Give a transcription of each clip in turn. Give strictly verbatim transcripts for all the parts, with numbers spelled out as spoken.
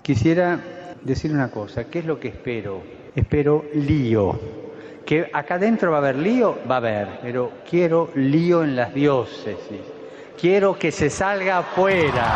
Quisiera decir una cosa, ¿qué es lo que espero? Espero lío. Que acá adentro va a haber lío, va a haber, pero quiero lío en las diócesis. Quiero que se salga afuera.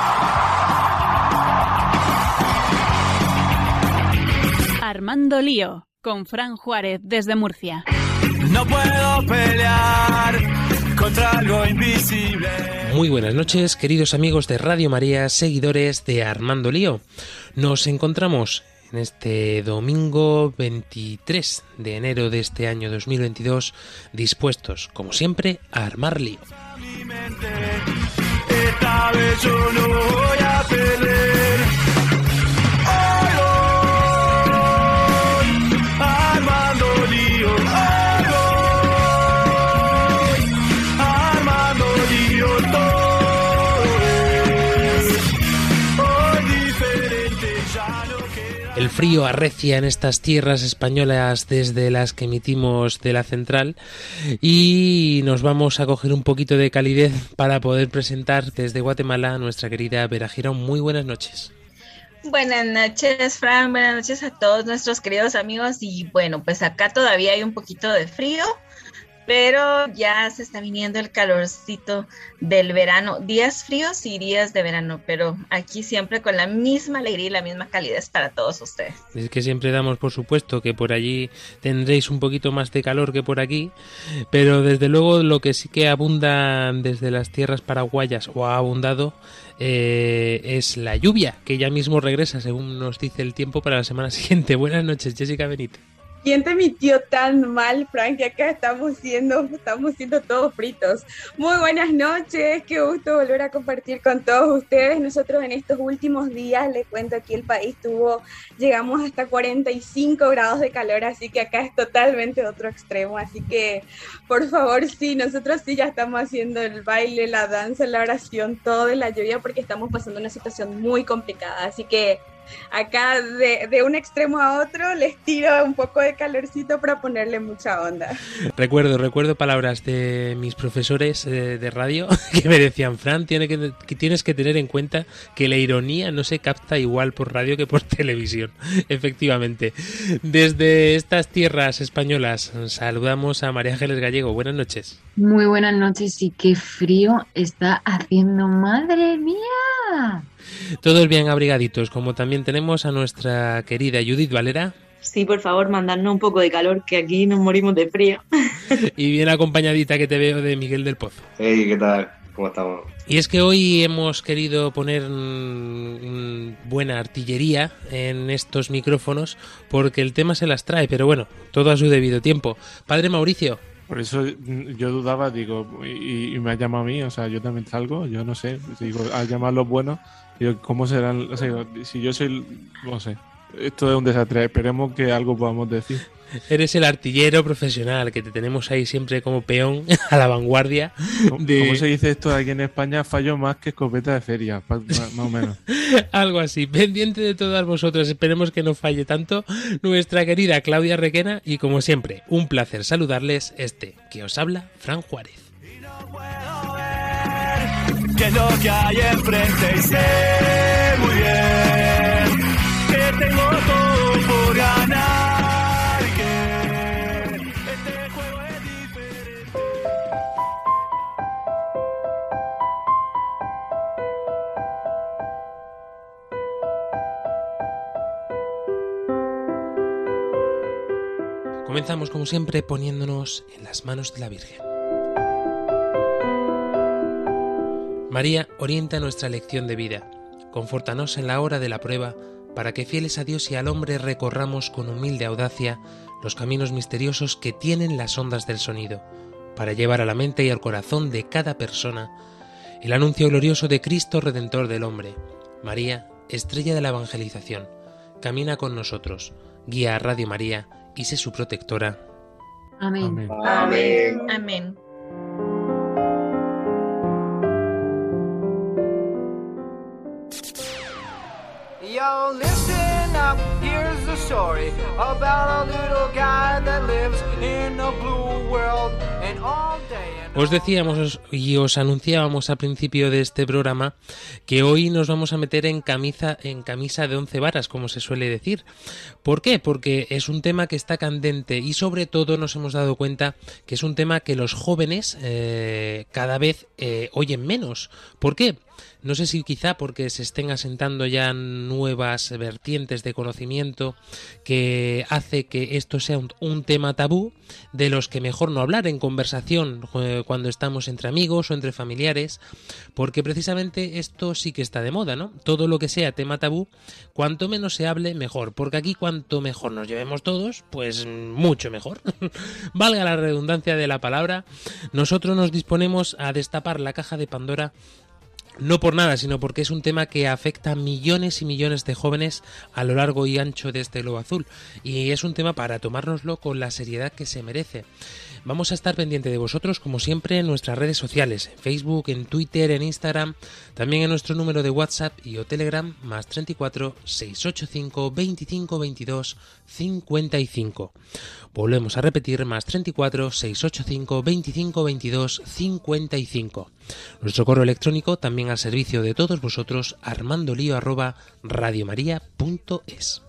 Armando Lío, con Fran Juárez desde Murcia. No puedo pelear contra algo invisible. Muy buenas noches, queridos amigos de Radio María, seguidores de Armando Lío. Nos encontramos en este domingo veintitrés de enero de este año dos mil veintidós, dispuestos, como siempre, a armar lío. Esta vez yo no voy a perder. Hoy voy armando lío. Hoy voy armando lío. Todo es hoy diferente, ya no queda. El frío arrecia en estas tierras españolas desde las que emitimos de la central y nos vamos a coger un poquito de calidez para poder presentar desde Guatemala a nuestra querida Vera Girón. Muy buenas noches. Buenas noches, Fran, buenas noches a todos nuestros queridos amigos y bueno, pues acá todavía hay un poquito de frío, pero ya se está viniendo el calorcito del verano, días fríos y días de verano, pero aquí siempre con la misma alegría y la misma calidez para todos ustedes. Es que siempre damos por supuesto que por allí tendréis un poquito más de calor que por aquí, pero desde luego lo que sí que abunda desde las tierras paraguayas o ha abundado eh, es la lluvia, que ya mismo regresa según nos dice el tiempo para la semana siguiente. Buenas noches, Jessica Benítez. ¿Quién te mintió tan mal, Frank? Que acá estamos siendo, estamos siendo todos fritos. Muy buenas noches, qué gusto volver a compartir con todos ustedes. Nosotros en estos últimos días, les cuento, aquí el país tuvo, llegamos hasta cuarenta y cinco grados de calor, así que acá es totalmente otro extremo. Así que, por favor, sí, nosotros sí ya estamos haciendo el baile, la danza, la oración, todo de la lluvia, porque estamos pasando una situación muy complicada. Así que acá de, de un extremo a otro les tiro un poco de calorcito para ponerle mucha onda. Recuerdo, recuerdo palabras de mis profesores eh, de radio que me decían: Fran, tiene que, que tienes que tener en cuenta que la ironía no se capta igual por radio que por televisión. Efectivamente. Desde estas tierras españolas saludamos a María Ángeles Gallego. Buenas noches. Muy buenas noches y qué frío está haciendo, madre mía. Todos bien abrigaditos, como también tenemos a nuestra querida Judith Valera. Sí, por favor, mandadnos un poco de calor, que aquí nos morimos de frío. Y bien acompañadita que te veo de Miguel del Pozo. Hey, ¿qué tal? ¿Cómo estamos? Y es que hoy hemos querido poner mmm, buena artillería en estos micrófonos porque el tema se las trae, pero bueno, todo a su debido tiempo. Padre Mauricio. Por eso yo dudaba, digo, y, y me ha llamado a mí, o sea, yo también salgo, yo no sé, digo, a llamar a los buenos, digo, ¿cómo serán? O sea, si yo soy, no sé, esto es un desastre, esperemos que algo podamos decir. Eres el artillero profesional, que te tenemos ahí siempre como peón a la vanguardia. De... ¿Cómo se dice esto aquí en España? Fallo más que escopeta de feria, más o menos. Algo así. Pendiente de todas vosotras, esperemos que no falle tanto nuestra querida Claudia Requena y como siempre, un placer saludarles, este que os habla, Fran Juárez. Y no puedo ver qué es lo que hay enfrente y sé muy bien que tengo todo por ganar. Comenzamos como siempre poniéndonos en las manos de la Virgen. María, orienta nuestra lección de vida. Confórtanos en la hora de la prueba, para que fieles a Dios y al hombre recorramos con humilde audacia los caminos misteriosos que tienen las ondas del sonido, para llevar a la mente y al corazón de cada persona el anuncio glorioso de Cristo Redentor del hombre. María, estrella de la evangelización, camina con nosotros, guía a Radio María y sé su protectora. Amén. Amén. Amén. Yo, listen Now here's the story about a little guy that lives in a blue world and all day. Os decíamos y os anunciábamos al principio de este programa que hoy nos vamos a meter en camisa, en camisa de once varas, como se suele decir. ¿Por qué? Porque es un tema que está candente y sobre todo nos hemos dado cuenta que es un tema que los jóvenes eh, cada vez eh, oyen menos. ¿Por qué? No sé si quizá porque se estén asentando ya nuevas vertientes de conocimiento que hace que esto sea un, un tema tabú de los que mejor no hablar en conversación eh, cuando estamos entre amigos o entre familiares, porque precisamente esto sí que está de moda, ¿no? Todo lo que sea tema tabú, cuanto menos se hable, mejor, porque aquí cuanto mejor nos llevemos todos, pues mucho mejor. Valga la redundancia de la palabra, nosotros nos disponemos a destapar la caja de Pandora. No por nada, sino porque es un tema que afecta a millones y millones de jóvenes a lo largo y ancho de este globo azul. Y es un tema para tomárnoslo con la seriedad que se merece. Vamos a estar pendiente de vosotros, como siempre, en nuestras redes sociales, en Facebook, en Twitter, en Instagram, también en nuestro número de WhatsApp y o Telegram, más treinta y cuatro, seiscientos ochenta y cinco, veinticinco, veintidós, cincuenta y cinco. Volvemos a repetir, más treinta y cuatro, seiscientos ochenta y cinco, veinticinco, veintidós, cincuenta y cinco. Nuestro correo electrónico también al servicio de todos vosotros, armandolio arroba radiomaria punto es.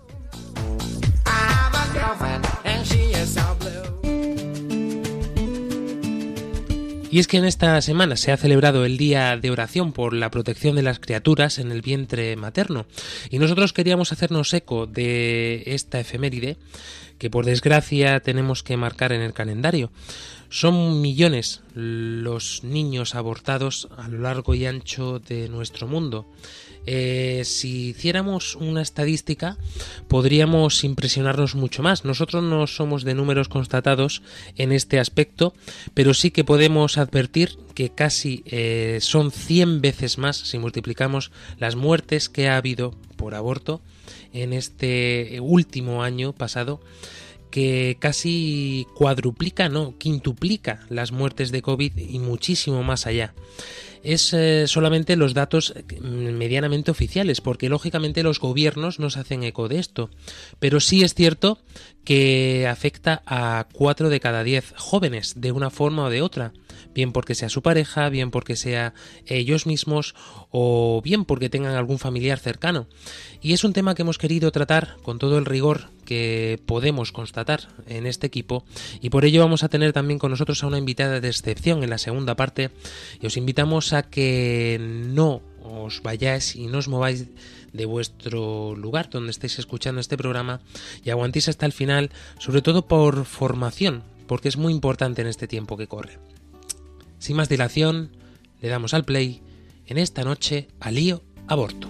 Y es que en esta semana se ha celebrado el Día de Oración por la protección de las criaturas en el vientre materno. Y nosotros queríamos hacernos eco de esta efeméride que por desgracia tenemos que marcar en el calendario. Son millones los niños abortados a lo largo y ancho de nuestro mundo. Eh, si hiciéramos una estadística podríamos impresionarnos mucho más. Nosotros no somos de números constatados en este aspecto, pero sí que podemos advertir que casi eh, son cien veces más si multiplicamos las muertes que ha habido por aborto en este último año pasado, que casi cuadruplica, no, quintuplica las muertes de COVID y muchísimo más allá. Es eh, solamente los datos medianamente oficiales, porque lógicamente los gobiernos no se hacen eco de esto, pero sí es cierto que afecta a cuatro de cada diez jóvenes de una forma o de otra, bien porque sea su pareja, bien porque sea ellos mismos o bien porque tengan algún familiar cercano. Y es un tema que hemos querido tratar con todo el rigor que podemos constatar en este equipo, y por ello vamos a tener también con nosotros a una invitada de excepción en la segunda parte, y os invitamos a que no os vayáis y no os mováis de vuestro lugar donde estéis escuchando este programa y aguantéis hasta el final, sobre todo por formación, porque es muy importante en este tiempo que corre. Sin más dilación, le damos al play en esta noche a Lío Aborto.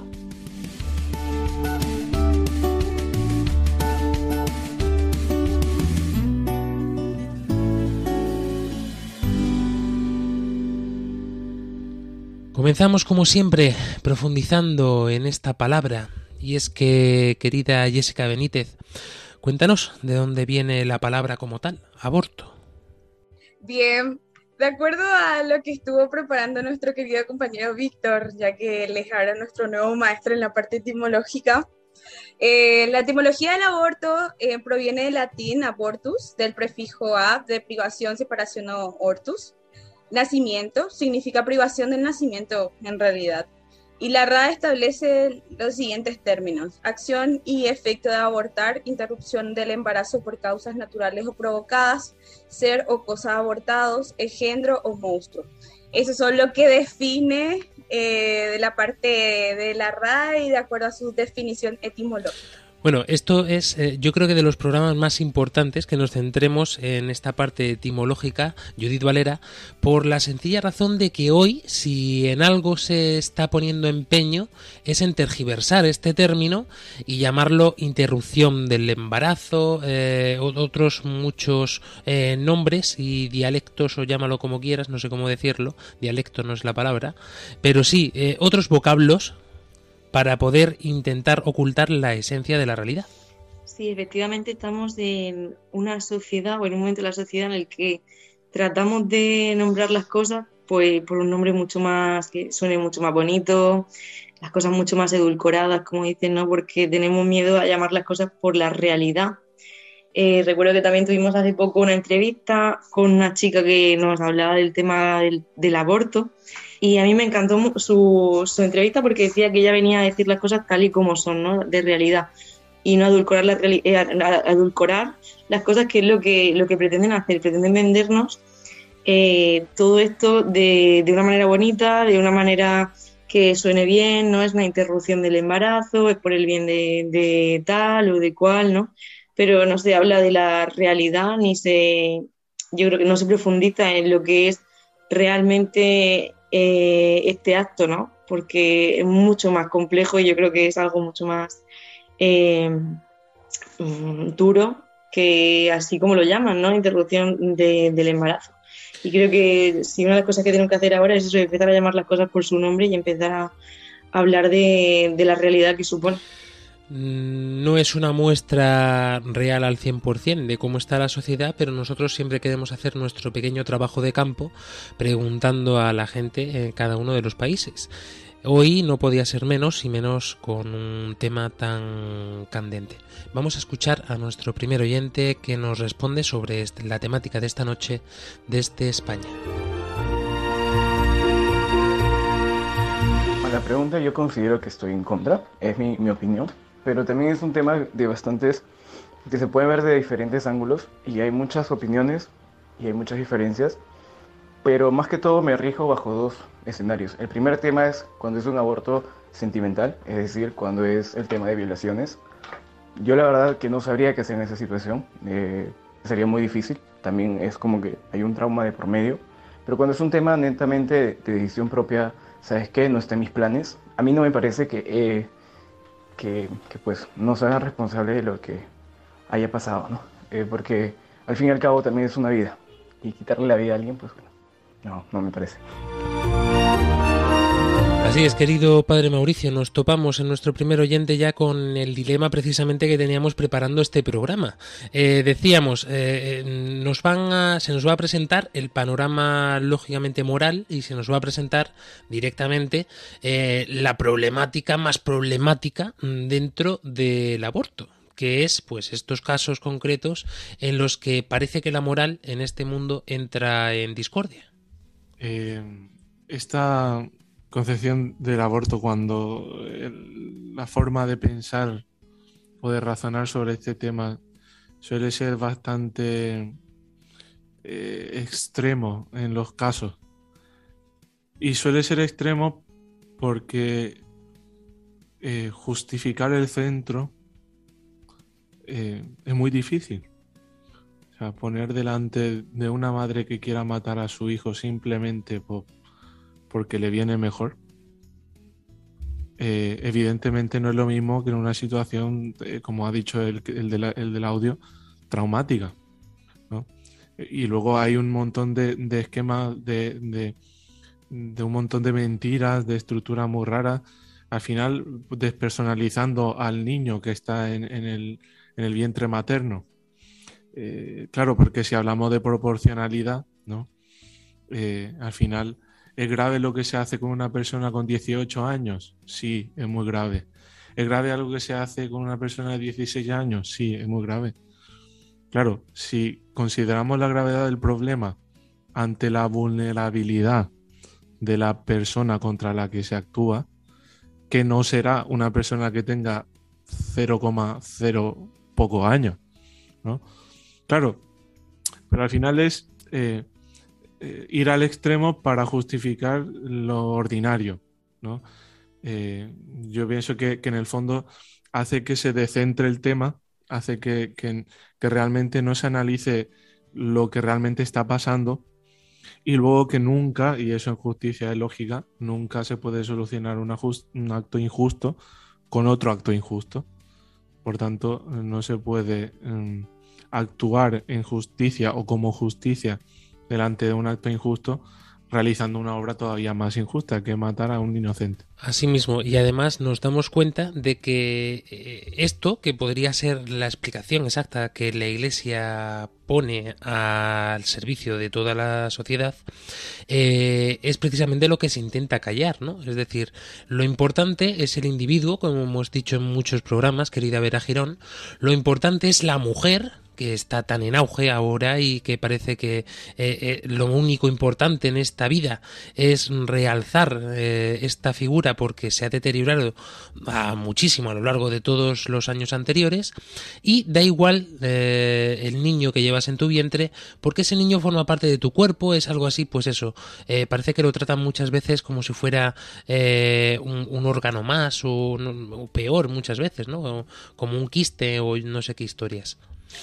Comenzamos como siempre profundizando en esta palabra, y es que, querida Jessica Benítez, cuéntanos de dónde viene la palabra como tal, aborto. Bien, de acuerdo a lo que estuvo preparando nuestro querido compañero Víctor, ya que él es ahora nuestro nuevo maestro en la parte etimológica, eh, la etimología del aborto eh, proviene del latín abortus, del prefijo ab, de privación, separación o ortus. Nacimiento significa privación del nacimiento en realidad. Y la R A E establece los siguientes términos: acción y efecto de abortar, interrupción del embarazo por causas naturales o provocadas, ser o cosa abortados, engendro o monstruo. Eso son lo que define eh, de la parte de la R A E y de acuerdo a su definición etimológica. Bueno, esto es, eh, yo creo que de los programas más importantes que nos centremos en esta parte etimológica, Judith Valera, por la sencilla razón de que hoy, si en algo se está poniendo empeño, es en tergiversar este término y llamarlo interrupción del embarazo, eh, otros muchos eh, nombres y dialectos, o llámalo como quieras, no sé cómo decirlo, dialecto no es la palabra, pero sí, eh, otros vocablos para poder intentar ocultar la esencia de la realidad. Sí, efectivamente estamos en una sociedad, o en un momento de la sociedad en el que tratamos de nombrar las cosas pues por un nombre mucho más, que suene mucho más bonito, las cosas mucho más edulcoradas, como dicen, ¿no? Porque tenemos miedo a llamar las cosas por la realidad. Eh, recuerdo que también tuvimos hace poco una entrevista con una chica que nos hablaba del tema del, del aborto, y a mí me encantó su, su entrevista porque decía que ella venía a decir las cosas tal y como son, ¿no? De realidad, y no adulcorar, la, eh, adulcorar las cosas, que es lo que, lo que pretenden hacer, pretenden vendernos eh, todo esto de, de una manera bonita, de una manera que suene bien, no es una interrupción del embarazo, es por el bien de, de tal o de cual, ¿no? Pero no se habla de la realidad, ni se, yo creo que no se profundiza en lo que es realmente eh, este acto, ¿no? Porque es mucho más complejo y yo creo que es algo mucho más eh, duro que así como lo llaman, ¿no? Interrupción de, del embarazo. Y creo que si una de las cosas que tenemos que hacer ahora es eso, empezar a llamar las cosas por su nombre y empezar a, a hablar de, de la realidad que supone. No es una muestra real al cien por ciento de cómo está la sociedad, pero nosotros siempre queremos hacer nuestro pequeño trabajo de campo preguntando a la gente en cada uno de los países. Hoy no podía ser menos y menos con un tema tan candente. Vamos a escuchar a nuestro primer oyente que nos responde sobre la temática de esta noche desde España. A la pregunta yo considero que estoy en contra, es mi, mi opinión, pero también es un tema de bastantes, que se puede ver de diferentes ángulos y hay muchas opiniones y hay muchas diferencias, pero más que todo me rijo bajo dos escenarios. El primer tema es cuando es un aborto sentimental, es decir, cuando es el tema de violaciones. Yo la verdad que no sabría qué hacer en esa situación, eh, sería muy difícil, también es como que hay un trauma de por medio, pero cuando es un tema netamente de, de decisión propia, ¿sabes qué? No está en mis planes, a mí no me parece que, eh, que, que pues no se hagan responsable de lo que haya pasado, ¿no? Eh, porque al fin y al cabo también es una vida, y quitarle la vida a alguien, pues bueno, no, no me parece. Así es, querido padre Mauricio, nos topamos en nuestro primer oyente ya con el dilema precisamente que teníamos preparando este programa. Eh, decíamos, eh, nos van a, se nos va a presentar el panorama lógicamente moral y se nos va a presentar directamente eh, la problemática más problemática dentro del aborto, que es pues estos casos concretos en los que parece que la moral en este mundo entra en discordia. Eh, esta concepción del aborto, cuando el, la forma de pensar o de razonar sobre este tema suele ser bastante eh, extremo en los casos, y suele ser extremo porque eh, justificar el centro eh, es muy difícil. O sea, poner delante de una madre que quiera matar a su hijo simplemente por porque le viene mejor, eh, evidentemente no es lo mismo que en una situación, eh, como ha dicho el, el, de la, el del audio, traumática, ¿no? Y luego hay un montón de, de esquemas, de, de, de un montón de mentiras, de estructuras muy raras, al final despersonalizando al niño que está en, en, el, en el vientre materno. Eh, claro, porque si hablamos de proporcionalidad, ¿no? Eh, al final... ¿Es grave lo que se hace con una persona con dieciocho años? Sí, es muy grave. ¿Es grave algo que se hace con una persona de dieciséis años? Sí, es muy grave. Claro, si consideramos la gravedad del problema ante la vulnerabilidad de la persona contra la que se actúa, que no será una persona que tenga cero coma cero pocos años, ¿no? Claro, pero al final es... Eh, ir al extremo para justificar lo ordinario, ¿no? Eh, yo pienso que, que en el fondo hace que se descentre el tema, hace que, que, que realmente no se analice lo que realmente está pasando, y luego que nunca, y eso en justicia es lógica, nunca se puede solucionar una just, un acto injusto con otro acto injusto. Por tanto, no se puede um, actuar en justicia o como justicia delante de un acto injusto realizando una obra todavía más injusta, que matar a un inocente. Asimismo, y además nos damos cuenta de que eh, esto, que podría ser la explicación exacta que la Iglesia pone al servicio de toda la sociedad, eh, es precisamente lo que se intenta callar, ¿no? Es decir, lo importante es el individuo, como hemos dicho en muchos programas, querida Vera Girón, lo importante es la mujer, que está tan en auge ahora y que parece que eh, eh, lo único importante en esta vida es realzar eh, esta figura porque se ha deteriorado a muchísimo a lo largo de todos los años anteriores, y da igual eh, el niño que llevas en tu vientre porque ese niño forma parte de tu cuerpo, es algo así, pues eso, eh, parece que lo tratan muchas veces como si fuera eh, un, un órgano más o, o peor muchas veces, ¿no? O, como un quiste o no sé qué historias.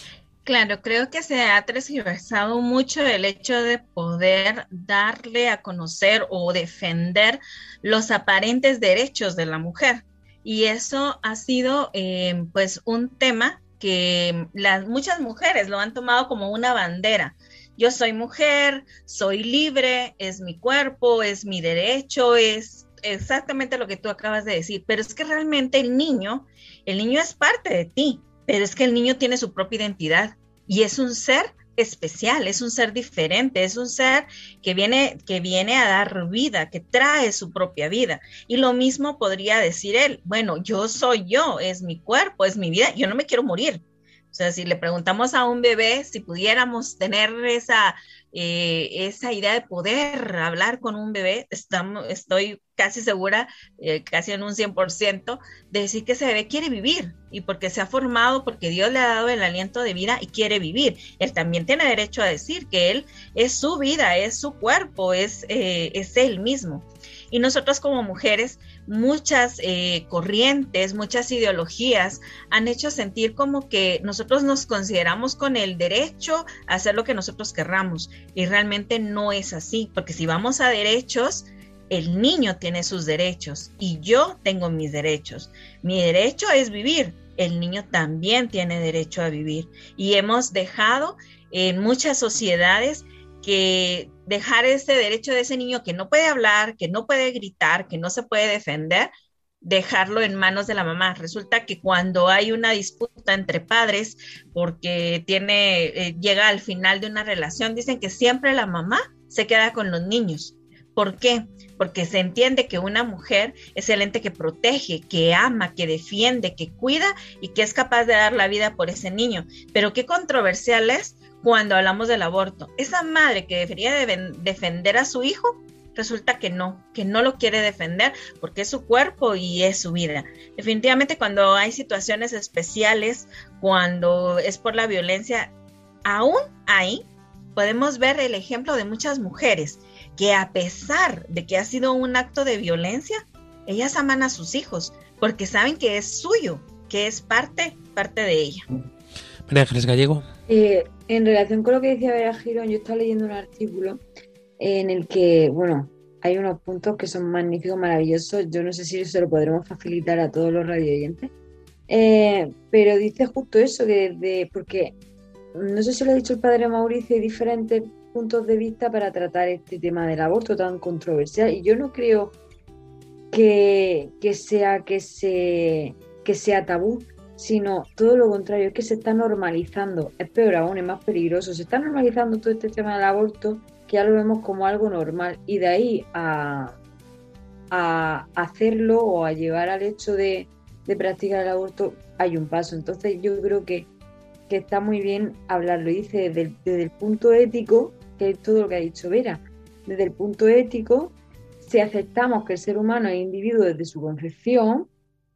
Claro, creo que se ha transversado mucho el hecho de poder darle a conocer o defender los aparentes derechos de la mujer. Y eso ha sido eh, pues un tema que las muchas mujeres lo han tomado como una bandera. Yo soy mujer, soy libre, es mi cuerpo, es mi derecho, es exactamente lo que tú acabas de decir. Pero es que realmente el niño, el niño es parte de ti. Pero es que el niño tiene su propia identidad y es un ser especial, es un ser diferente, es un ser que viene, que viene a dar vida, que trae su propia vida. Y lo mismo podría decir él, bueno, yo soy yo, es mi cuerpo, es mi vida, yo no me quiero morir. O sea, si le preguntamos a un bebé si pudiéramos tener esa, eh, esa idea de poder hablar con un bebé, estamos, estoy casi segura, eh, casi en un cien por ciento, de decir que ese bebé quiere vivir y porque se ha formado, porque Dios le ha dado el aliento de vida y quiere vivir. Él también tiene derecho a decir que él es su vida, es su cuerpo, es, eh, es él mismo. Y nosotros como mujeres, muchas eh, corrientes, muchas ideologías han hecho sentir como que nosotros nos consideramos con el derecho a hacer lo que nosotros querramos. Y realmente no es así, porque si vamos a derechos, el niño tiene sus derechos y yo tengo mis derechos. Mi derecho es vivir, el niño también tiene derecho a vivir. Y hemos dejado en muchas sociedades que dejar ese derecho de ese niño que no puede hablar, que no puede gritar, que no se puede defender, dejarlo en manos de la mamá. Resulta que cuando hay una disputa entre padres porque tiene, eh, llega al final de una relación, dicen que siempre la mamá se queda con los niños. ¿Por qué? Porque se entiende que una mujer es el ente que protege, que ama, que defiende, que cuida y que es capaz de dar la vida por ese niño. Pero qué controversial es cuando hablamos del aborto. Esa madre que debería de defender a su hijo, resulta que no, que no lo quiere defender porque es su cuerpo y es su vida. Definitivamente cuando hay situaciones especiales, cuando es por la violencia, aún ahí podemos ver el ejemplo de muchas mujeres que a pesar de que ha sido un acto de violencia, ellas aman a sus hijos porque saben que es suyo, que es parte, parte de ella. María Ángeles Gallego. Eh, en relación con lo que decía Vera Girón, yo estaba leyendo un artículo en el que, bueno, hay unos puntos que son magníficos, maravillosos. Yo no sé si se lo podremos facilitar a todos los radioyentes, eh, pero dice justo eso, que de, porque no sé si lo ha dicho el padre Mauricio, hay diferentes puntos de vista para tratar este tema del aborto tan controversial, y yo no creo que, que sea que, se, que sea tabú, sino todo lo contrario, es que se está normalizando, es peor aún, es más peligroso, se está normalizando todo este tema del aborto, que ya lo vemos como algo normal, y de ahí a, a hacerlo o a llevar al hecho de, de practicar el aborto hay un paso. Entonces yo creo que, que está muy bien hablarlo, y dice desde el, desde el punto ético, que es todo lo que ha dicho Vera, desde el punto ético, si aceptamos que el ser humano es individuo desde su concepción,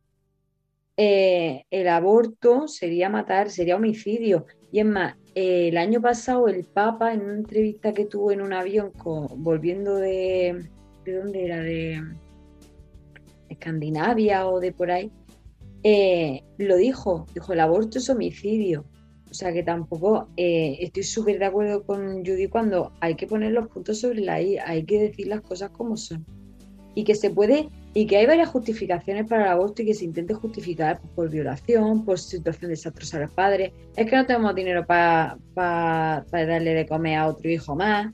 Eh, el aborto sería matar, sería homicidio. Y es más, eh, el año pasado el Papa, en una entrevista que tuvo en un avión con, volviendo de ¿de dónde era? De Escandinavia o de por ahí, eh, lo dijo, dijo el aborto es homicidio. O sea que tampoco eh, estoy súper de acuerdo con Judy cuando hay que poner los puntos sobre la i, hay que decir las cosas como son. Y que se puede, y que hay varias justificaciones para el aborto y que se intente justificar por violación, por situación desastrosa a los padres. Es que no tenemos dinero para pa, pa darle de comer a otro hijo más.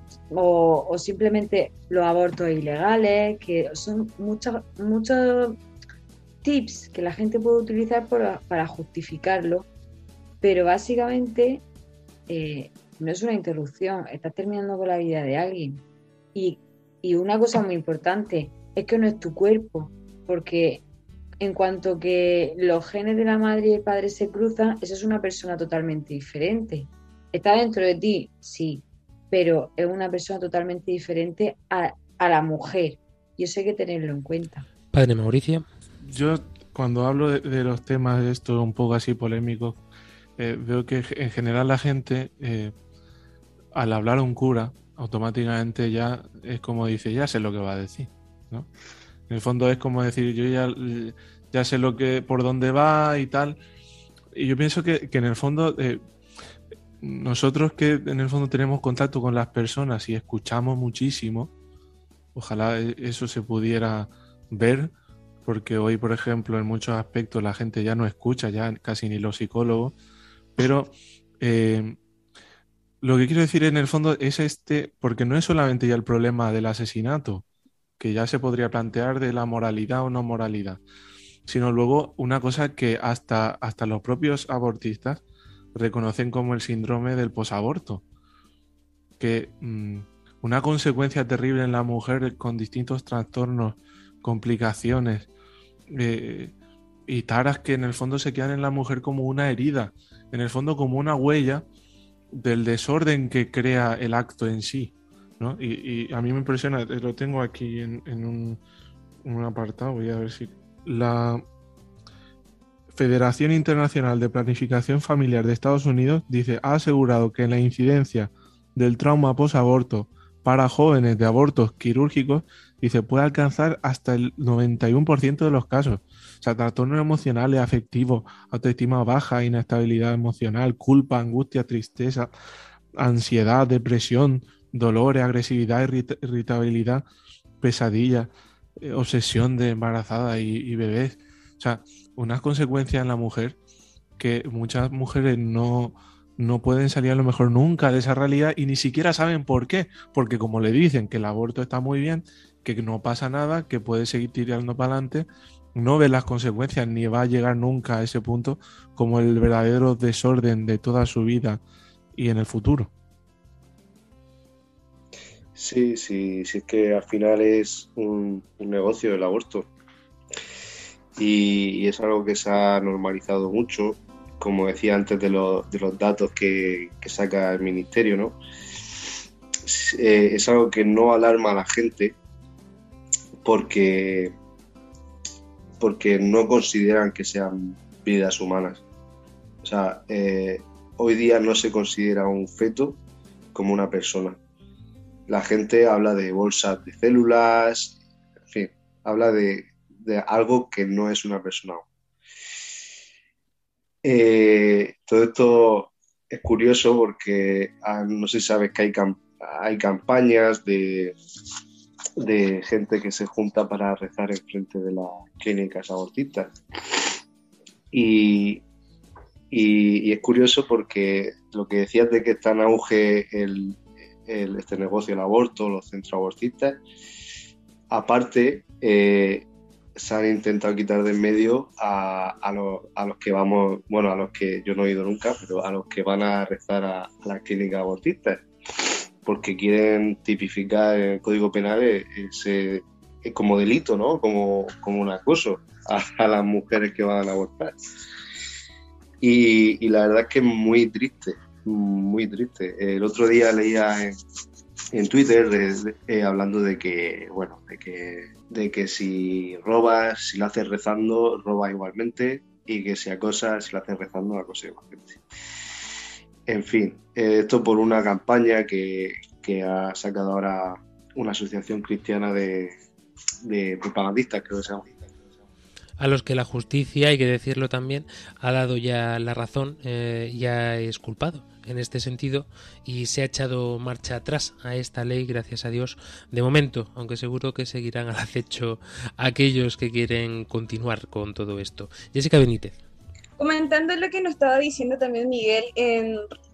o, o simplemente los abortos ilegales, que son muchos muchos tips que la gente puede utilizar para, para justificarlo, pero básicamente eh, no es una interrupción, estás terminando con la vida de alguien. Y, y una cosa muy importante es que no es tu cuerpo, porque en cuanto que los genes de la madre y el padre se cruzan, esa es una persona totalmente diferente. Está dentro de ti, sí, pero es una persona totalmente diferente a, a la mujer. Y eso hay que tenerlo en cuenta. Padre Mauricio. Yo, cuando hablo de, de los temas estos un poco así polémicos, eh, veo que en general la gente, eh, al hablar a un cura, automáticamente ya es como dice, ya sé lo que va a decir, ¿no? En el fondo es como decir, yo ya, ya sé lo que por dónde va y tal. Y yo pienso que, que en el fondo, eh, nosotros que en el fondo tenemos contacto con las personas y escuchamos muchísimo, ojalá eso se pudiera ver, porque hoy, por ejemplo, en muchos aspectos la gente ya no escucha, ya casi ni los psicólogos, pero eh, lo que quiero decir en el fondo es este, porque no es solamente ya el problema del asesinato, que ya se podría plantear de la moralidad o no moralidad, sino luego una cosa que hasta, hasta los propios abortistas reconocen como el síndrome del posaborto, que mmm, una consecuencia terrible en la mujer con distintos trastornos, complicaciones eh, y taras que en el fondo se quedan en la mujer como una herida, en el fondo como una huella del desorden que crea el acto en sí, ¿no? Y, y a mí me impresiona, lo tengo aquí en, en un, un apartado, voy a ver si... La Federación Internacional de Planificación Familiar de Estados Unidos dice, ha asegurado que la incidencia del trauma posaborto para jóvenes de abortos quirúrgicos, dice, puede alcanzar hasta el noventa y uno por ciento de los casos. O sea, trastornos emocionales, afectivos, autoestima baja, inestabilidad emocional, culpa, angustia, tristeza, ansiedad, depresión, dolores, agresividad, irrit- irritabilidad, pesadilla, eh, obsesión de embarazada y, y bebés. O sea, unas consecuencias en la mujer que muchas mujeres no... no pueden salir a lo mejor nunca de esa realidad y ni siquiera saben por qué, porque como le dicen que el aborto está muy bien, que no pasa nada, que puede seguir tirando para adelante, no ven las consecuencias ni va a llegar nunca a ese punto como el verdadero desorden de toda su vida y en el futuro. Sí, sí, sí, es que al final es un, un negocio el aborto y, y es algo que se ha normalizado mucho. Como decía antes de los, de los datos que, que saca el ministerio, ¿no? Eh, es algo que no alarma a la gente porque, porque no consideran que sean vidas humanas. O sea, eh, hoy día no se considera un feto como una persona. La gente habla de bolsas de células, en fin, habla de, de algo que no es una persona. Eh, todo esto es curioso porque ah, no sé si sabes que hay, camp- hay campañas de, de gente que se junta para rezar en frente de las clínicas abortistas y, y, y es curioso porque lo que decías de que está en auge el, el, este negocio del aborto, los centros abortistas, aparte eh, se han intentado quitar de en medio a, a, los, a los que vamos, bueno, a los que yo no he ido nunca, pero a los que van a rezar a, a las clínicas abortistas, porque quieren tipificar en el Código Penal ese, como delito, ¿no? Como, como un acoso a, a las mujeres que van a abortar. Y, y la verdad es que es muy triste, muy triste. El otro día leía en, en Twitter de, de, eh, hablando de que, bueno, de que de que si robas, si lo haces rezando, robas igualmente, y que si acosas, si lo haces rezando, acosas igualmente. En fin, eh, esto por una campaña que, que ha sacado ahora una asociación cristiana de, de propagandistas, creo que se llama. A los que la justicia, hay que decirlo también, ha dado ya la razón, eh, ya es culpado en este sentido y se ha echado marcha atrás a esta ley, gracias a Dios, de momento, aunque seguro que seguirán al acecho aquellos que quieren continuar con todo esto. Jessica Benítez. Comentando lo que nos estaba diciendo también Miguel, en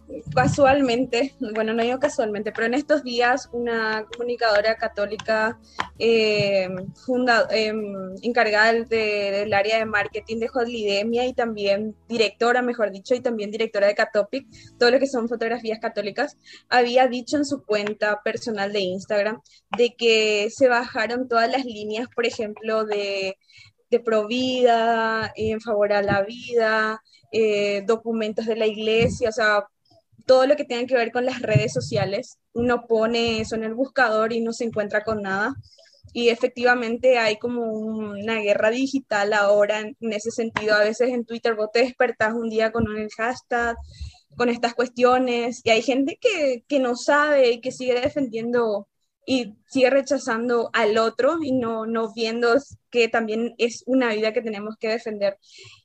casualmente, bueno, no digo casualmente, pero en estos días una comunicadora católica eh, funda, eh, encargada de, del área de marketing de Hotlydemia y también directora, mejor dicho, y también directora de Catopic, todo lo que son fotografías católicas, había dicho en su cuenta personal de Instagram de que se bajaron todas las líneas, por ejemplo, de, de Provida, en favor a la vida, eh, documentos de la iglesia, o sea, todo lo que tenga que ver con las redes sociales. Uno pone eso en el buscador y no se encuentra con nada. Y efectivamente hay como una guerra digital ahora en, en ese sentido. A veces en Twitter vos te despertás un día con el hashtag, con estas cuestiones, y hay gente que, que no sabe y que sigue defendiendo y sigue rechazando al otro y no, no viendo que también es una vida que tenemos que defender.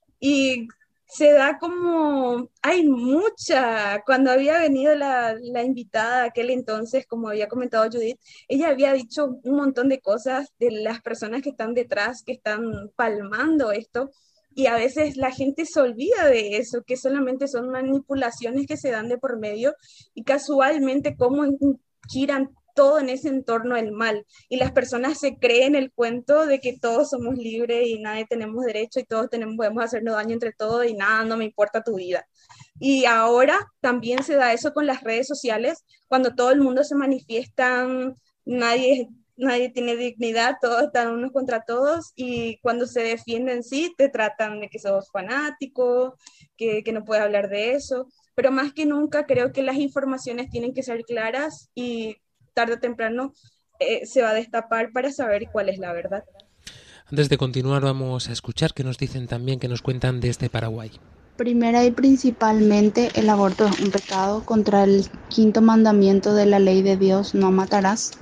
Y se da como, hay mucha, cuando había venido la, la invitada aquel entonces, como había comentado Judith, ella había dicho un montón de cosas de las personas que están detrás, que están palmando esto, y a veces la gente se olvida de eso, que solamente son manipulaciones que se dan de por medio, y casualmente cómo giran todo en ese entorno del mal, y las personas se creen el cuento de que todos somos libres y nadie tenemos derecho y todos tenemos, podemos hacernos daño entre todos y nada, no me importa tu vida. Y ahora también se da eso con las redes sociales, cuando todo el mundo se manifiesta, nadie, nadie tiene dignidad, todos están unos contra todos, y cuando se defienden sí, te tratan de que sos fanático, que, que no puedes hablar de eso, pero más que nunca creo que las informaciones tienen que ser claras y tarde o temprano eh, se va a destapar para saber cuál es la verdad. Antes de continuar vamos a escuchar qué nos dicen también, que nos cuentan desde Paraguay. Primera y principalmente, el aborto es un pecado contra el quinto mandamiento de la ley de Dios, no matarás.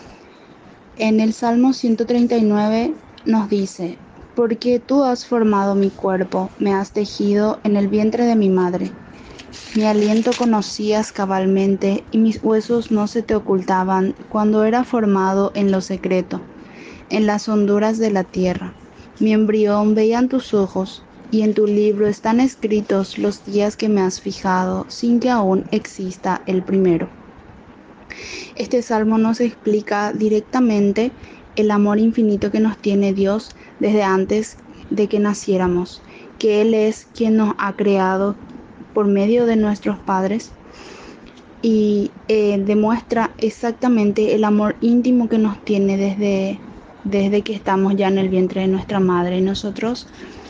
En el Salmo ciento treinta y nueve nos dice: porque tú has formado mi cuerpo, me has tejido en el vientre de mi madre. Mi aliento conocías cabalmente y mis huesos no se te ocultaban cuando era formado en lo secreto, en las honduras de la tierra. Mi embrión veían tus ojos y en tu libro están escritos los días que me has fijado sin que aún exista el primero. Este salmo nos explica directamente el amor infinito que nos tiene Dios desde antes de que naciéramos, que Él es quien nos ha creado por medio de nuestros padres y eh, demuestra exactamente el amor íntimo que nos tiene desde, desde que estamos ya en el vientre de nuestra madre. Y nosotros,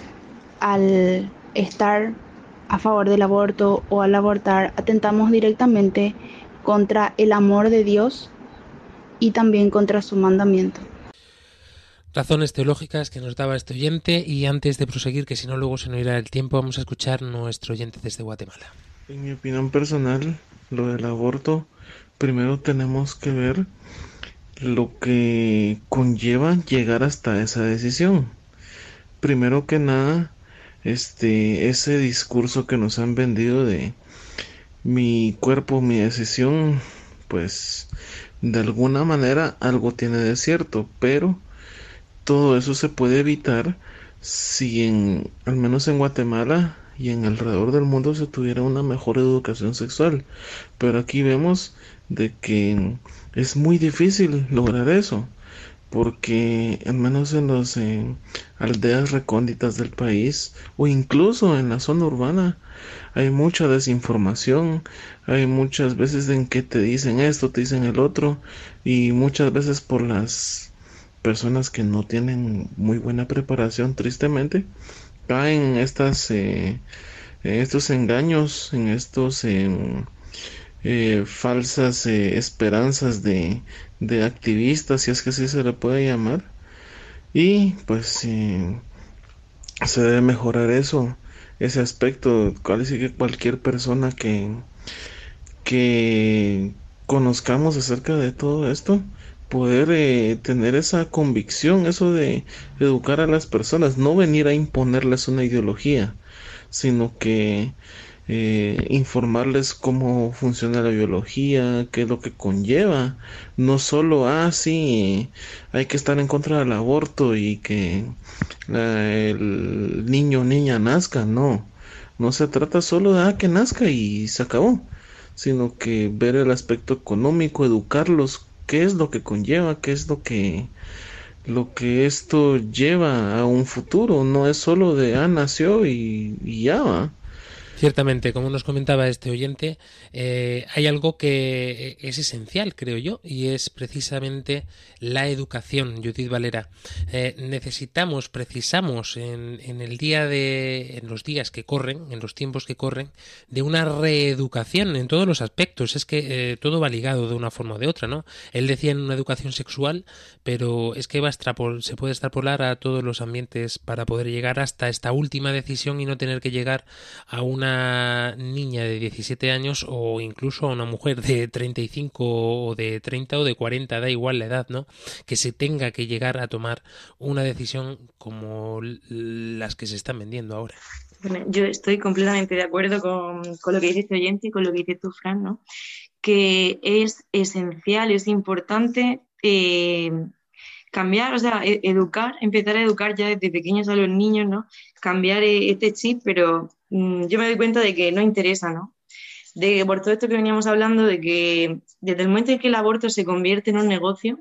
al estar a favor del aborto o al abortar, atentamos directamente contra el amor de Dios y también contra su mandamiento. Razones teológicas que nos daba este oyente, y antes de proseguir, que si no luego se nos irá el tiempo, vamos a escuchar nuestro oyente desde Guatemala. En mi opinión personal, lo del aborto, primero tenemos que ver lo que conlleva llegar hasta esa decisión. Primero que nada, este, ese discurso que nos han vendido de mi cuerpo, mi decisión, pues de alguna manera algo tiene de cierto, pero todo eso se puede evitar si en, al menos en Guatemala y en alrededor del mundo, se tuviera una mejor educación sexual. Pero aquí vemos de que es muy difícil lograr eso, porque al menos en las eh, aldeas recónditas del país o incluso en la zona urbana hay mucha desinformación, hay muchas veces en que te dicen esto, te dicen el otro, y muchas veces por las personas que no tienen muy buena preparación, tristemente caen en estas eh, en estos engaños, en estos eh, eh, falsas eh, esperanzas de, de activistas, si es que así se le puede llamar, y pues eh, se debe mejorar eso, ese aspecto. Casi que cualquier persona que que conozcamos acerca de todo esto, poder eh, tener esa convicción, eso de educar a las personas, no venir a imponerles una ideología, sino que eh, informarles cómo funciona la biología, qué es lo que conlleva, no solo, ah, sí, hay que estar en contra del aborto y que la, el niño o niña nazca, no, no se trata solo de ah, que nazca y se acabó, sino que ver el aspecto económico, educarlos, qué es lo que conlleva, qué es lo que lo que esto lleva a un futuro. No es solo de ah, nació y, y ya va. Ciertamente, como nos comentaba este oyente, eh, hay algo que es esencial, creo yo, y es precisamente la educación, Judith Valera. Eh, necesitamos, precisamos en, en el día de, en los días que corren, en los tiempos que corren, de una reeducación en todos los aspectos. Es que eh, todo va ligado de una forma o de otra, ¿no? Él decía en una educación sexual, pero es que va a extrapol- se puede extrapolar a todos los ambientes para poder llegar hasta esta última decisión y no tener que llegar a una niña de diecisiete años o incluso a una mujer de treinta y cinco o de treinta o de cuarenta, da igual la edad, ¿no? Que se tenga que llegar a tomar una decisión como las que se están vendiendo ahora. Bueno, yo estoy completamente de acuerdo con, con lo que dice este oyente y con lo que dice tú, Fran, ¿no? Que es esencial, es importante eh, cambiar, o sea, e- educar, empezar a educar ya desde pequeños a los niños, ¿no? Cambiar eh, este chip, pero mm, yo me doy cuenta de que no interesa, ¿no? De que por todo esto que veníamos hablando, de que desde el momento en que el aborto se convierte en un negocio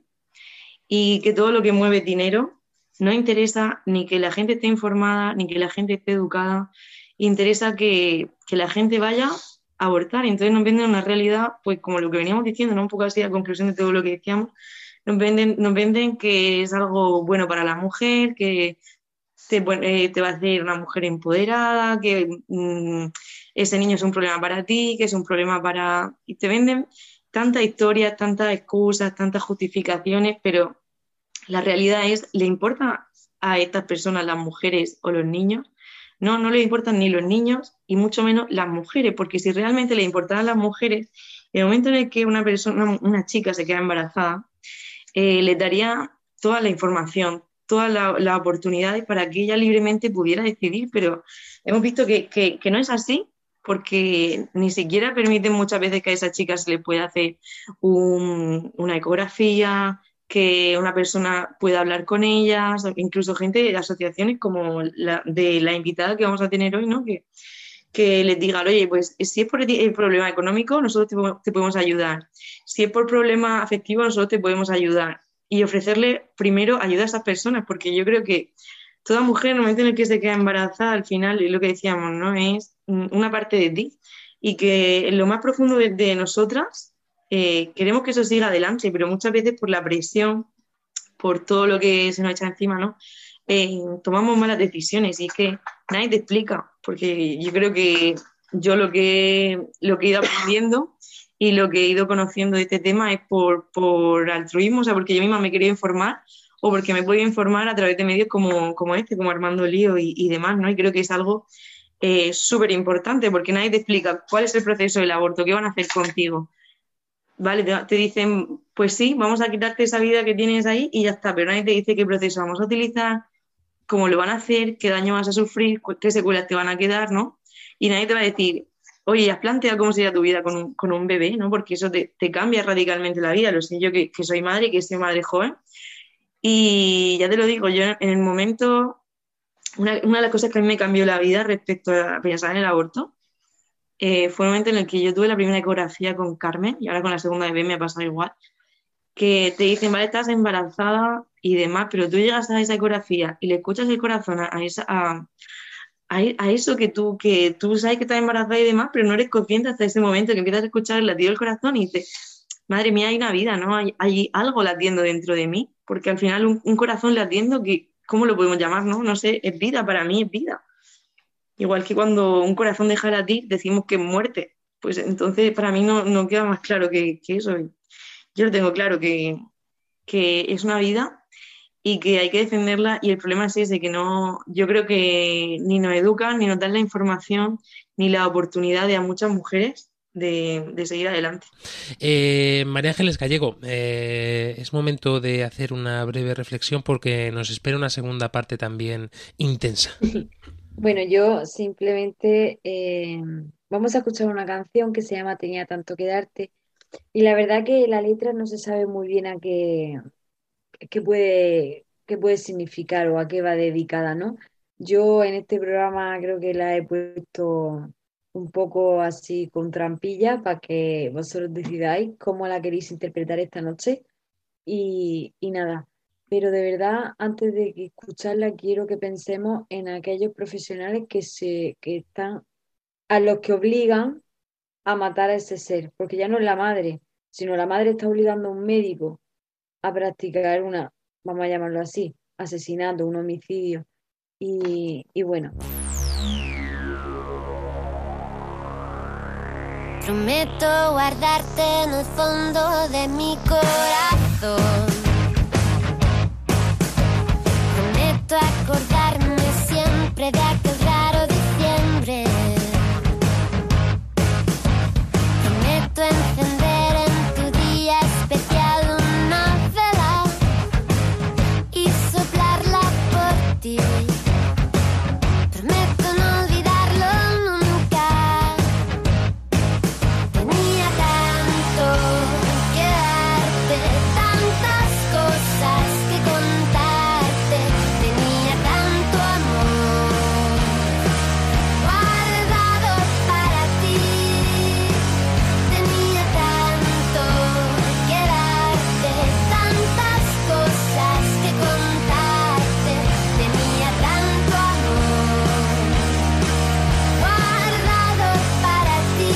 y que todo lo que mueve es dinero, no interesa ni que la gente esté informada, ni que la gente esté educada, interesa que, que la gente vaya a abortar. Entonces nos venden una realidad, pues como lo que veníamos diciendo, ¿no? Un poco así a conclusión de todo lo que decíamos, nos venden, nos venden que es algo bueno para la mujer, que te, eh, te va a hacer una mujer empoderada, que mmm, ese niño es un problema para ti, que es un problema para... Y te venden tantas historias, tantas excusas, tantas justificaciones, pero la realidad es, ¿le importa a estas personas, las mujeres o los niños? No, no les importan ni los niños y mucho menos las mujeres, porque si realmente le importaran las mujeres, en el momento en el que una persona, una, una chica se queda embarazada, eh, les daría toda la información, todas las la oportunidades para que ella libremente pudiera decidir, pero hemos visto que, que, que no es así, porque ni siquiera permiten muchas veces que a esa chica se le pueda hacer un, una ecografía, que una persona pueda hablar con ellas, incluso gente de asociaciones como la de la invitada que vamos a tener hoy, ¿no? Que, que les digan, oye, pues si es por el problema económico, nosotros te, te podemos ayudar. Si es por problema afectivo, nosotros te podemos ayudar. Y ofrecerle primero ayuda a esas personas, porque yo creo que toda mujer, en el momento en el que se queda embarazada, al final, es lo que decíamos, ¿no? Es una parte de ti. Y que en lo más profundo de, de nosotras eh, queremos que eso siga adelante, pero muchas veces por la presión, por todo lo que se nos echa encima, ¿no? Eh, tomamos malas decisiones y es que nadie te explica, porque yo creo que yo lo que, lo que he ido aprendiendo y lo que he ido conociendo de este tema es por, por altruismo, o sea, porque yo misma me quería informar o porque me he podido informar a través de medios como, como este, como Armando Lío y, y demás, ¿no? Y creo que es algo eh, súper importante porque nadie te explica cuál es el proceso del aborto, qué van a hacer contigo. Vale, te, te dicen, pues sí, vamos a quitarte esa vida que tienes ahí y ya está, pero nadie te dice qué proceso vamos a utilizar, cómo lo van a hacer, qué daño vas a sufrir, qué secuelas te van a quedar, ¿no? Y nadie te va a decir, oye, ¿has planteado cómo sería tu vida con un, con un bebé, ¿no? Porque eso te, te cambia radicalmente la vida. Lo sé yo que, que soy madre, que soy madre joven. Y ya te lo digo, yo en el momento, una, una de las cosas que a mí me cambió la vida respecto a pensar en el aborto, eh, fue el momento en el que yo tuve la primera ecografía con Carmen, y ahora con la segunda bebé me ha pasado igual, que te dicen, vale, estás embarazada y demás, pero tú llegas a esa ecografía y le escuchas el corazón a, esa, a, a eso que tú, que tú sabes que estás embarazada y demás, pero no eres consciente hasta ese momento que empiezas a escuchar el latido del corazón y dices, madre mía, hay una vida, ¿no? Hay, hay algo latiendo dentro de mí, porque al final un, un corazón latiendo, que, ¿cómo lo podemos llamar, no? No sé, es vida, para mí es vida. Igual que cuando un corazón deja de latir, decimos que es muerte. Pues entonces para mí no, no queda más claro que, que eso. Yo lo tengo claro, que, que es una vida y que hay que defenderla, y el problema es ese, que no, yo creo que ni nos educan, ni nos dan la información, ni la oportunidad de a muchas mujeres de, de seguir adelante. Eh, María Ángeles Gallego, eh, es momento de hacer una breve reflexión porque nos espera una segunda parte también intensa. Bueno, yo simplemente eh, vamos a escuchar una canción que se llama Tenía tanto que darte, y la verdad que la letra no se sabe muy bien a qué, qué puede, qué puede significar o a qué va dedicada, ¿no? Yo en este programa creo que la he puesto un poco así con trampilla para que vosotros decidáis cómo la queréis interpretar esta noche. Y, y nada, pero de verdad, antes de que escucharla, quiero que pensemos en aquellos profesionales que, se, que están, a los que obligan a matar a ese ser, porque ya no es la madre, sino la madre está obligando a un médico a practicar una, vamos a llamarlo así, asesinato, un homicidio. Y, y bueno. Prometo guardarte en el fondo de mi corazón. Prometo acordarme siempre de aquel raro diciembre. Prometo encender en tu día especial una vela y soplarla por ti. Prometo no olvidarlo nunca. Tenía tanto que darte, tantas cosas que contarte. Tenía tanto amor guardado para ti. Tenía tanto que darte, tantas cosas que contarte. Tenía tanto amor guardado para ti.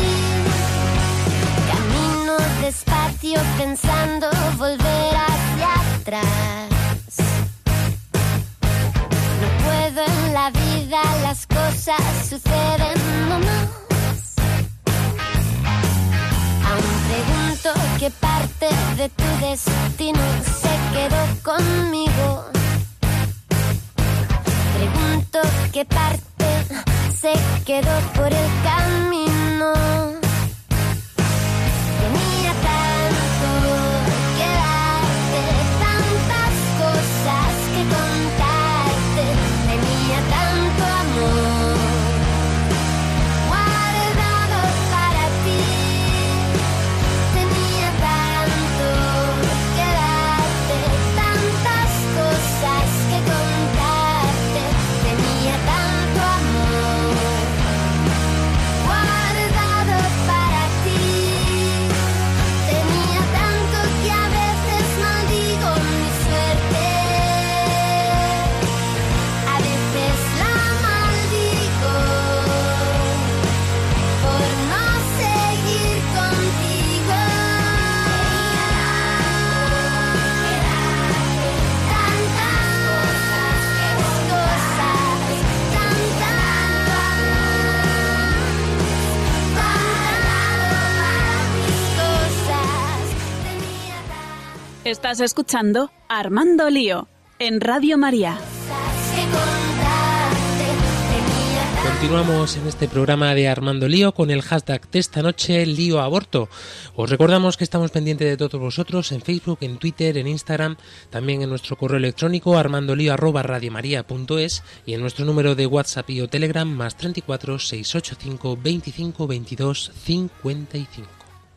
Camino despacio pensando volver hacia atrás. No puedo en la vida, las cosas suceden nomás. Aún pregunto qué parte de tu destino se quedó conmigo. Pregunto qué parte se quedó por el camino. Tenía tanto que darte, tantas cosas que contarte. Tenía tanto amor guardado para ti. Tenía tanto que darte, tantas cosas que contarte. Tenía tanto amor guardado para ti. Tenía tanto que a veces maldigo mi suerte. A veces la maldigo por no seguir contigo. Tantas cosas, cosas, tantas Estás escuchando Armando Lío en Radio María. Continuamos en este programa de Armando Lío con el hashtag de esta noche, Lío Aborto. Os recordamos que estamos pendientes de todos vosotros en Facebook, en Twitter, en Instagram, también en nuestro correo electrónico armandolío arroba radiomaria punto es y en nuestro número de WhatsApp y o Telegram más treinta y cuatro, seiscientos ochenta y cinco, veinticinco, veintidós, cincuenta y cinco.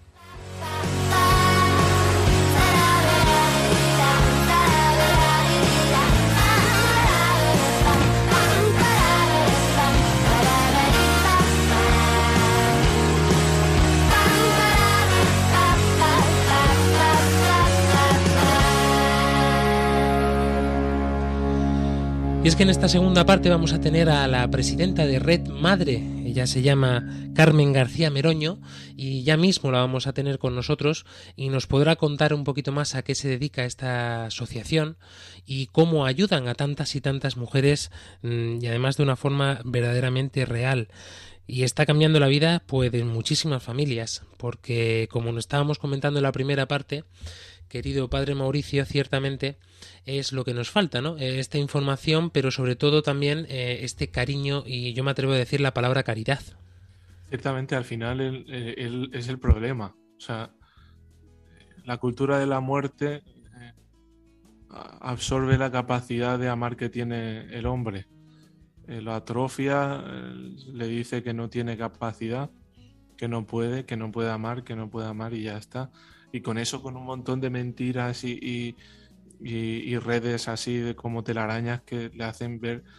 Y es que en esta segunda parte vamos a tener a la presidenta de Red Madre. Ella se llama Carmen García Meroño y ya mismo la vamos a tener con nosotros y nos podrá contar un poquito más a qué se dedica esta asociación y cómo ayudan a tantas y tantas mujeres y además de una forma verdaderamente real. Y está cambiando la vida pues de muchísimas familias, porque como nos estábamos comentando en la primera parte, querido padre Mauricio, ciertamente es lo que nos falta, ¿no? Esta información, pero sobre todo también eh, este cariño y yo me atrevo a decir la palabra caridad. Ciertamente al final él, él es el problema. O sea, la cultura de la muerte eh, absorbe la capacidad de amar que tiene el hombre. Eh, lo atrofia, eh, le dice que no tiene capacidad, que no puede, que no puede amar, que no puede amar y ya está. Y con eso, con un montón de mentiras y, y, y, y redes así de como telarañas que le hacen ver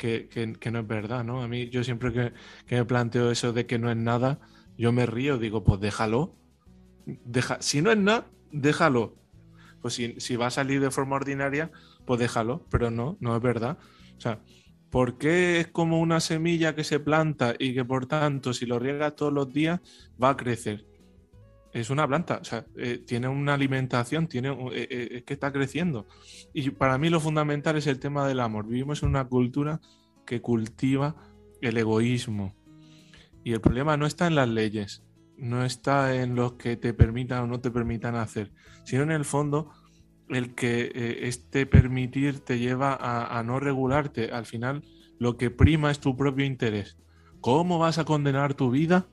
que, que, que no es verdad, ¿no? A mí, yo siempre que, que me planteo eso de que no es nada, yo me río, digo, pues déjalo. Deja, si no es nada, déjalo. Pues si, si va a salir de forma ordinaria, pues déjalo, pero no, no es verdad. O sea, ¿por qué es como una semilla que se planta y que por tanto, si lo riegas todos los días, va a crecer? Es una planta, o sea, eh, tiene una alimentación, tiene, eh, eh, es que está creciendo. Y para mí lo fundamental es el tema del amor. Vivimos en una cultura que cultiva el egoísmo. Y el problema no está en las leyes, no está en los que te permitan o no te permitan hacer, sino en el fondo el que eh, este permitir te lleva a, a no regularte. Al final lo que prima es tu propio interés. ¿Cómo vas a condenar tu vida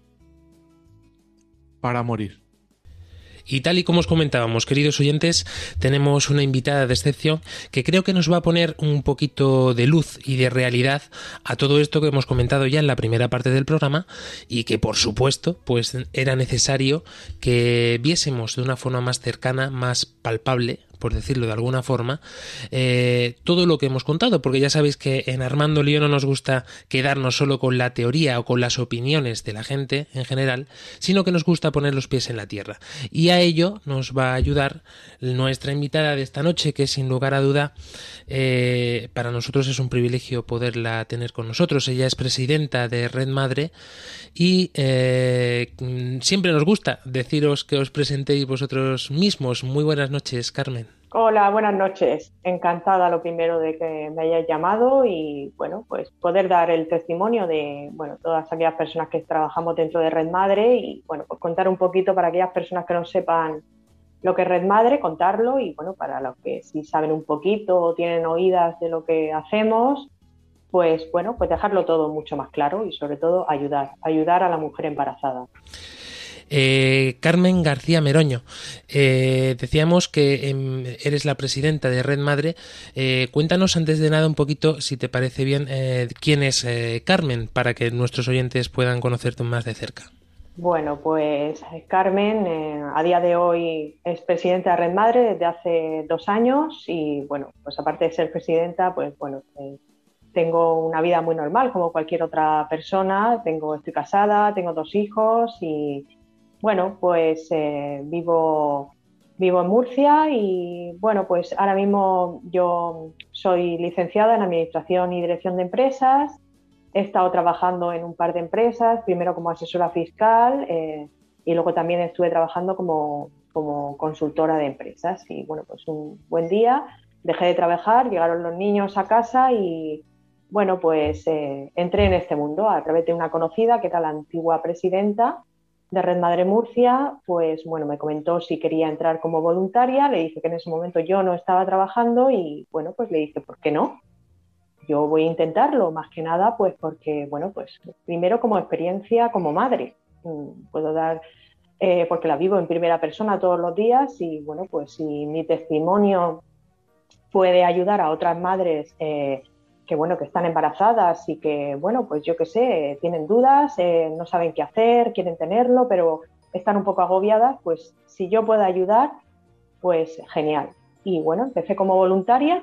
para morir? Y tal y como os comentábamos, queridos oyentes, tenemos una invitada de excepción que creo que nos va a poner un poquito de luz y de realidad a todo esto que hemos comentado ya en la primera parte del programa y que, por supuesto, pues era necesario que viésemos de una forma más cercana, más palpable, por decirlo de alguna forma, eh, todo lo que hemos contado, porque ya sabéis que en Armando Lío no nos gusta quedarnos solo con la teoría o con las opiniones de la gente en general, sino que nos gusta poner los pies en la tierra. Y a ello nos va a ayudar nuestra invitada de esta noche, que sin lugar a duda eh, para nosotros es un privilegio poderla tener con nosotros. Ella es presidenta de Red Madre y eh, siempre nos gusta deciros que os presentéis vosotros mismos. Muy buenas noches, Carmen. Hola, buenas noches. Encantada lo primero de que me hayáis llamado y bueno, pues poder dar el testimonio de bueno, todas aquellas personas que trabajamos dentro de Red Madre y bueno, pues contar un poquito para aquellas personas que no sepan lo que es Red Madre, contarlo y bueno, para los que sí saben un poquito o tienen oídas de lo que hacemos, pues bueno, pues dejarlo todo mucho más claro y sobre todo ayudar, ayudar a la mujer embarazada. Eh, Carmen García Meroño, eh, decíamos que eh, eres la presidenta de Red Madre. Eh, cuéntanos antes de nada un poquito, si te parece bien, eh, quién es eh, Carmen, para que nuestros oyentes puedan conocerte más de cerca. Bueno, pues Carmen eh, a día de hoy es presidenta de Red Madre desde hace dos años y bueno, pues aparte de ser presidenta, pues bueno, eh, tengo una vida muy normal como cualquier otra persona. Tengo, estoy casada, tengo dos hijos y bueno, pues eh, vivo, vivo en Murcia y bueno, pues ahora mismo yo soy licenciada en Administración y Dirección de Empresas. He estado trabajando en un par de empresas, primero como asesora fiscal eh, y luego también estuve trabajando como, como consultora de empresas. Y bueno, pues un buen día dejé de trabajar, llegaron los niños a casa y bueno, pues eh, entré en este mundo a través de una conocida que era la antigua presidenta de Red Madre Murcia. Pues bueno, me comentó si quería entrar como voluntaria, le dije que en ese momento yo no estaba trabajando y bueno, pues le dije, ¿por qué no? Yo voy a intentarlo, más que nada, pues porque, bueno, pues primero como experiencia como madre, puedo dar, eh, porque la vivo en primera persona todos los días y bueno, pues si mi testimonio puede ayudar a otras madres eh, que bueno, que están embarazadas y que bueno, pues yo qué sé, tienen dudas, eh, no saben qué hacer, quieren tenerlo, pero están un poco agobiadas, pues si yo puedo ayudar, pues genial. Y bueno, empecé como voluntaria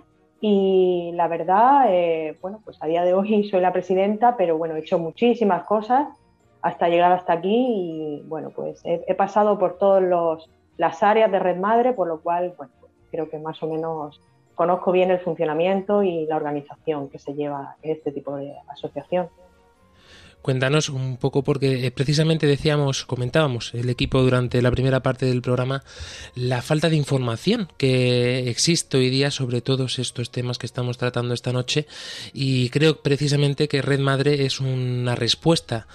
y la verdad, eh, bueno, pues a día de hoy soy la presidenta, pero bueno, he hecho muchísimas cosas hasta llegar hasta aquí y bueno, pues he, he pasado por todas las áreas de Red Madre, por lo cual, bueno, pues creo que más o menos conozco bien el funcionamiento y la organización que se lleva en este tipo de asociación. Cuéntanos un poco, porque precisamente decíamos, comentábamos el equipo durante la primera parte del programa, la falta de información que existe hoy día sobre todos estos temas que estamos tratando esta noche y creo precisamente que Red Madre es una respuesta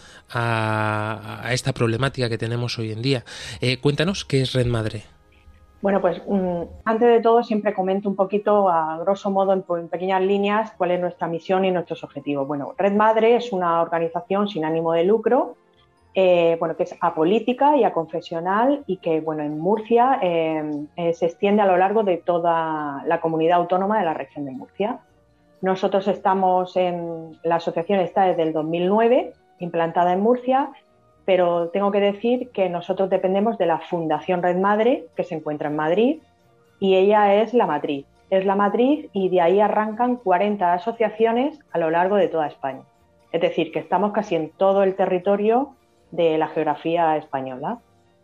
a, a esta problemática que tenemos hoy en día. Eh, cuéntanos, ¿qué es Red Madre? Bueno, pues um, antes de todo siempre comento un poquito a grosso modo en, en pequeñas líneas cuál es nuestra misión y nuestros objetivos. Bueno, Red Madre es una organización sin ánimo de lucro, eh, bueno, que es apolítica y aconfesional y que bueno, en Murcia eh, eh, se extiende a lo largo de toda la comunidad autónoma de la región de Murcia. Nosotros estamos en, la asociación está desde el dos mil nueve, implantada en Murcia, pero tengo que decir que nosotros dependemos de la Fundación Red Madre, que se encuentra en Madrid, y ella es la matriz. es la matriz y de ahí arrancan cuarenta asociaciones a lo largo de toda España. Es decir, que estamos casi en todo el territorio de la geografía española.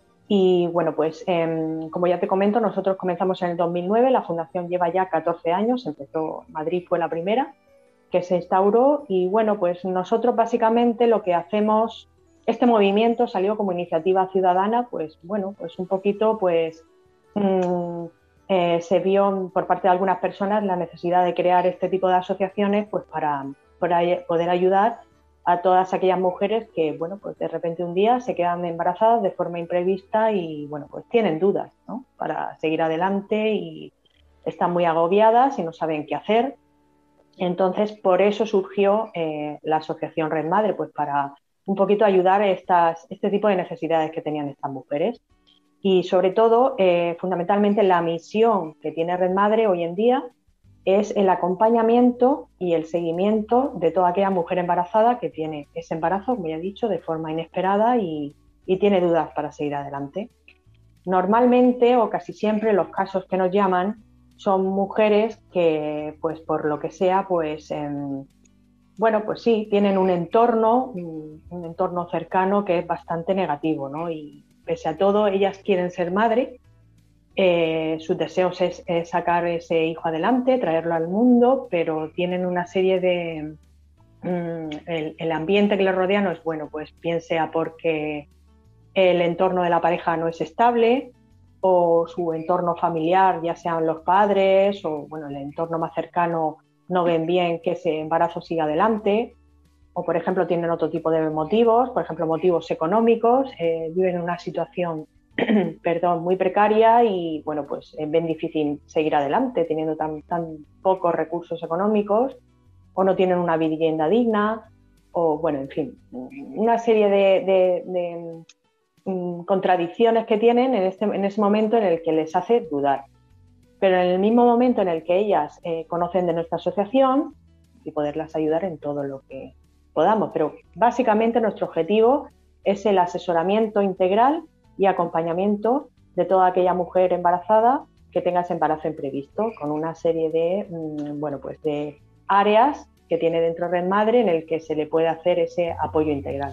Y bueno, pues eh, como ya te comento, nosotros comenzamos en el dos mil nueve, la fundación lleva ya catorce años, empezó, Madrid fue la primera que se instauró y bueno, pues nosotros básicamente lo que hacemos, este movimiento salió como iniciativa ciudadana, pues bueno, pues un poquito pues mmm, eh, se vio por parte de algunas personas la necesidad de crear este tipo de asociaciones pues para, para poder ayudar a todas aquellas mujeres que, bueno, pues de repente un día se quedan embarazadas de forma imprevista y, bueno, pues tienen dudas, ¿no?, para seguir adelante y están muy agobiadas y no saben qué hacer. Entonces, por eso surgió eh, la asociación Red Madre, pues para un poquito ayudar a estas, este tipo de necesidades que tenían estas mujeres. Y sobre todo, eh, fundamentalmente, la misión que tiene Red Madre hoy en día es el acompañamiento y el seguimiento de toda aquella mujer embarazada que tiene ese embarazo, como ya he dicho, de forma inesperada y, y tiene dudas para seguir adelante. Normalmente, o casi siempre, los casos que nos llaman son mujeres que, pues por lo que sea, pues, eh, bueno, pues sí, tienen un entorno, un, un entorno cercano que es bastante negativo, ¿no? Y pese a todo, ellas quieren ser madre. Eh, sus deseos es, es sacar ese hijo adelante, traerlo al mundo, pero tienen una serie de... Mm, el, el ambiente que les rodea no es bueno, pues bien sea porque el entorno de la pareja no es estable o su entorno familiar, ya sean los padres o bueno, el entorno más cercano, no ven bien que ese embarazo siga adelante, o por ejemplo tienen otro tipo de motivos, por ejemplo motivos económicos, eh, viven en una situación perdón, muy precaria y bueno, pues ven difícil seguir adelante teniendo tan, tan pocos recursos económicos o no tienen una vivienda digna o bueno, en fin, una serie de, de, de um, contradicciones que tienen en, este, en ese momento en el que les hace dudar. Pero en el mismo momento en el que ellas eh, conocen de nuestra asociación y poderlas ayudar en todo lo que podamos. Pero básicamente nuestro objetivo es el asesoramiento integral y acompañamiento de toda aquella mujer embarazada que tenga ese embarazo imprevisto, con una serie de, bueno, pues de áreas que tiene dentro de Red Madre en el que se le puede hacer ese apoyo integral.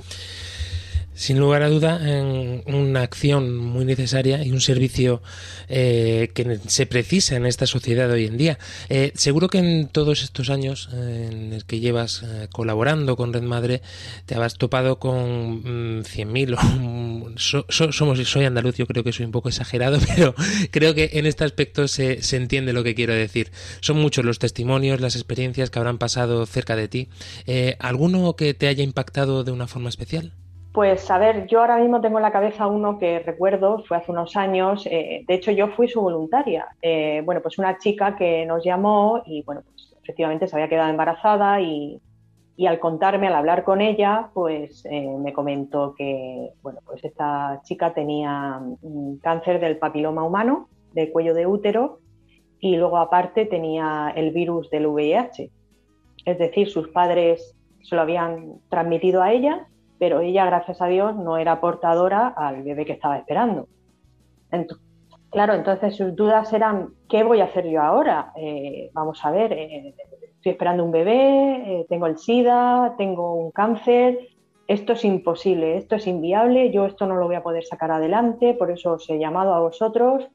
Sin lugar a duda, una acción muy necesaria y un servicio eh, que se precisa en esta sociedad de hoy en día. Eh, seguro que en todos estos años eh, en el que llevas eh, colaborando con Red Madre te habrás topado con mm, cien mil o so, so, somos soy andaluz, yo creo que soy un poco exagerado, pero creo que en este aspecto se, se entiende lo que quiero decir. Son muchos los testimonios, las experiencias que habrán pasado cerca de ti. Eh, ¿Alguno que te haya impactado de una forma especial? Pues a ver, yo ahora mismo tengo en la cabeza uno que recuerdo, fue hace unos años, eh, de hecho yo fui su voluntaria. Eh, bueno, pues una chica que nos llamó y bueno, pues efectivamente se había quedado embarazada y, y al contarme, al hablar con ella, pues eh, me comentó que bueno, pues esta chica tenía un cáncer del papiloma humano, de cuello de útero, y luego aparte tenía el virus del V I H. Es decir, sus padres se lo habían transmitido a ella, pero ella, gracias a Dios, no era portadora al bebé que estaba esperando. Entonces, claro, entonces sus dudas eran, ¿qué voy a hacer yo ahora? Eh, vamos a ver, eh, estoy esperando un bebé, eh, tengo el SIDA, tengo un cáncer, esto es imposible, esto es inviable, yo esto no lo voy a poder sacar adelante, por eso os he llamado a vosotros.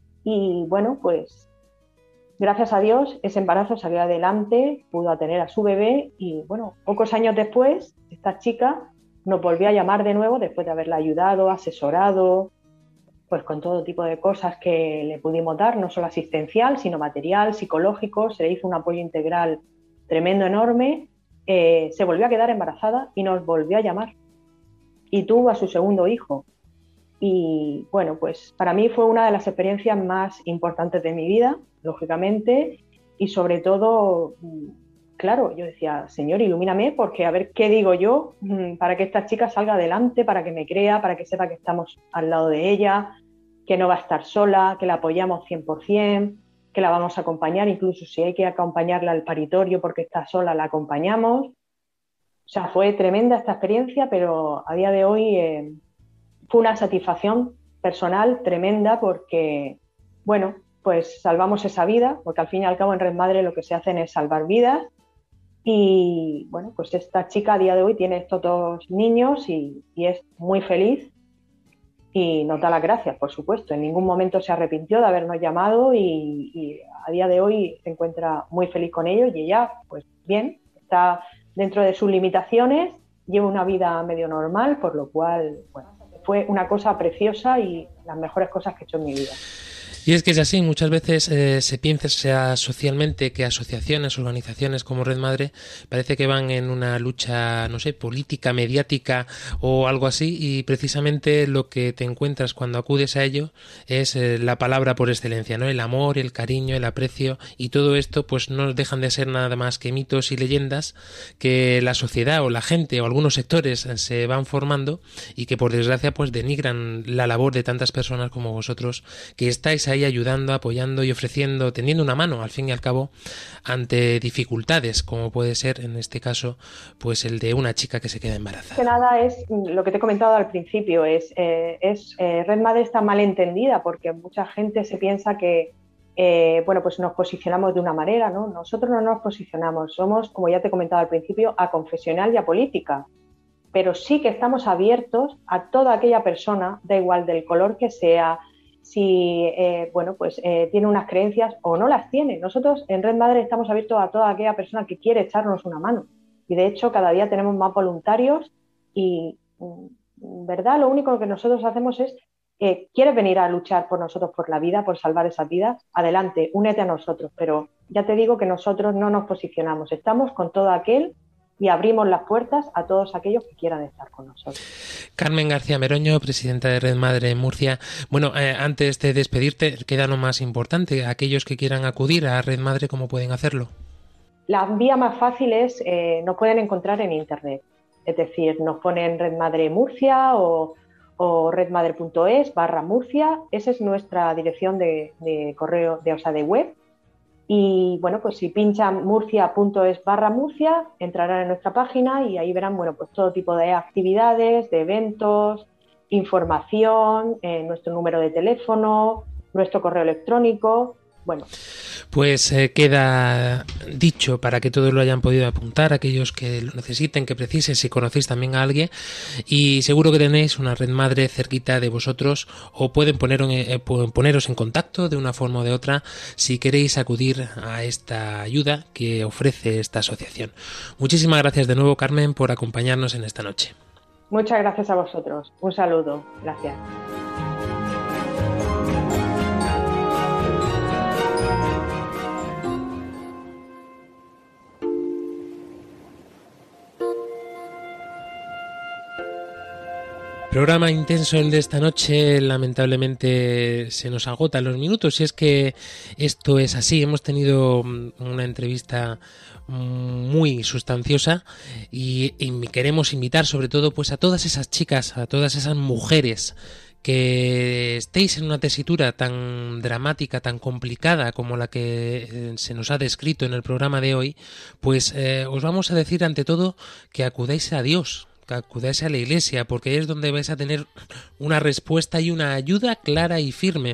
Y bueno, pues gracias a Dios ese embarazo salió adelante, pudo tener a su bebé y bueno, pocos años después, esta chica nos volvió a llamar de nuevo después de haberla ayudado, asesorado, pues con todo tipo de cosas que le pudimos dar, no solo asistencial, sino material, psicológico. Se le hizo un apoyo integral tremendo, enorme. Eh, se volvió a quedar embarazada y nos volvió a llamar. Y tuvo a su segundo hijo. Y bueno, pues para mí fue una de las experiencias más importantes de mi vida, lógicamente, y sobre todo, claro, yo decía, Señor, ilumíname, porque a ver qué digo yo para que esta chica salga adelante, para que me crea, para que sepa que estamos al lado de ella, que no va a estar sola, que la apoyamos cien por ciento, que la vamos a acompañar, incluso si hay que acompañarla al paritorio porque está sola, la acompañamos. O sea, fue tremenda esta experiencia, pero a día de hoy eh, fue una satisfacción personal tremenda porque, bueno, pues salvamos esa vida, porque al fin y al cabo en Red Madre lo que se hacen es salvar vidas. Y bueno, pues esta chica a día de hoy tiene estos dos niños y, y es muy feliz y nos da las gracias, por supuesto. En ningún momento se arrepintió de habernos llamado y, y a día de hoy se encuentra muy feliz con ellos y ella, pues bien, está dentro de sus limitaciones, lleva una vida medio normal, por lo cual, bueno, fue una cosa preciosa y las mejores cosas que he hecho en mi vida. Y es que es así, muchas veces eh, se piensa sea socialmente que asociaciones, organizaciones como Red Madre parece que van en una lucha, no sé, política, mediática o algo así, y precisamente lo que te encuentras cuando acudes a ello es eh, la palabra por excelencia, ¿no? El amor, el cariño, el aprecio, y todo esto pues no dejan de ser nada más que mitos y leyendas que la sociedad o la gente o algunos sectores se van formando y que por desgracia pues denigran la labor de tantas personas como vosotros que estáis ahí ayudando, apoyando y ofreciendo, tendiendo una mano al fin y al cabo ante dificultades como puede ser en este caso pues el de una chica que se queda embarazada. Que nada es lo que te he comentado al principio, es, eh, es eh, Red Madre está mal entendida porque mucha gente se piensa que eh, bueno, pues nos posicionamos de una manera, ¿no? Nosotros no nos posicionamos, somos, como ya te he comentado al principio, aconfesional y apolítica, pero sí que estamos abiertos a toda aquella persona, da igual del color que sea, si eh, bueno, pues, eh, tiene unas creencias o no las tiene. Nosotros en Red Madre estamos abiertos a toda aquella persona que quiere echarnos una mano y de hecho cada día tenemos más voluntarios y en verdad lo único que nosotros hacemos es eh, ¿quieres venir a luchar por nosotros, por la vida, por salvar esas vidas? Adelante, únete a nosotros, pero ya te digo que nosotros no nos posicionamos, estamos con todo aquel y abrimos las puertas a todos aquellos que quieran estar con nosotros. Carmen García Meroño, presidenta de Red Madre en Murcia. Bueno, eh, antes de despedirte, queda lo más importante. Aquellos que quieran acudir a Red Madre, ¿cómo pueden hacerlo? La vía más fácil es, eh, nos pueden encontrar en internet. Es decir, nos ponen Red Madre Murcia o, o redmadre punto es barra Murcia. Esa es nuestra dirección de, de correo, de, o sea, de web. Y bueno, pues si pinchan murcia punto es barra Murcia, entrarán en nuestra página y ahí verán, bueno, pues todo tipo de actividades, de eventos, información, eh, nuestro número de teléfono, nuestro correo electrónico. Bueno. Pues eh, queda dicho para que todos lo hayan podido apuntar, aquellos que lo necesiten, que precisen, si conocéis también a alguien, y seguro que tenéis una Red Madre cerquita de vosotros o pueden, poner, eh, pueden poneros en contacto de una forma o de otra si queréis acudir a esta ayuda que ofrece esta asociación. Muchísimas gracias de nuevo, Carmen, por acompañarnos en esta noche. Muchas gracias a vosotros. Un saludo. Gracias. Programa intenso el de esta noche, lamentablemente se nos agotan los minutos y es que esto es así. Hemos tenido una entrevista muy sustanciosa y, y queremos invitar sobre todo pues a todas esas chicas, a todas esas mujeres que estéis en una tesitura tan dramática, tan complicada como la que eh, se nos ha descrito en el programa de hoy, pues eh, os vamos a decir ante todo que acudáis a Dios, que acudáis a la Iglesia, porque ahí es donde vais a tener una respuesta y una ayuda clara y firme.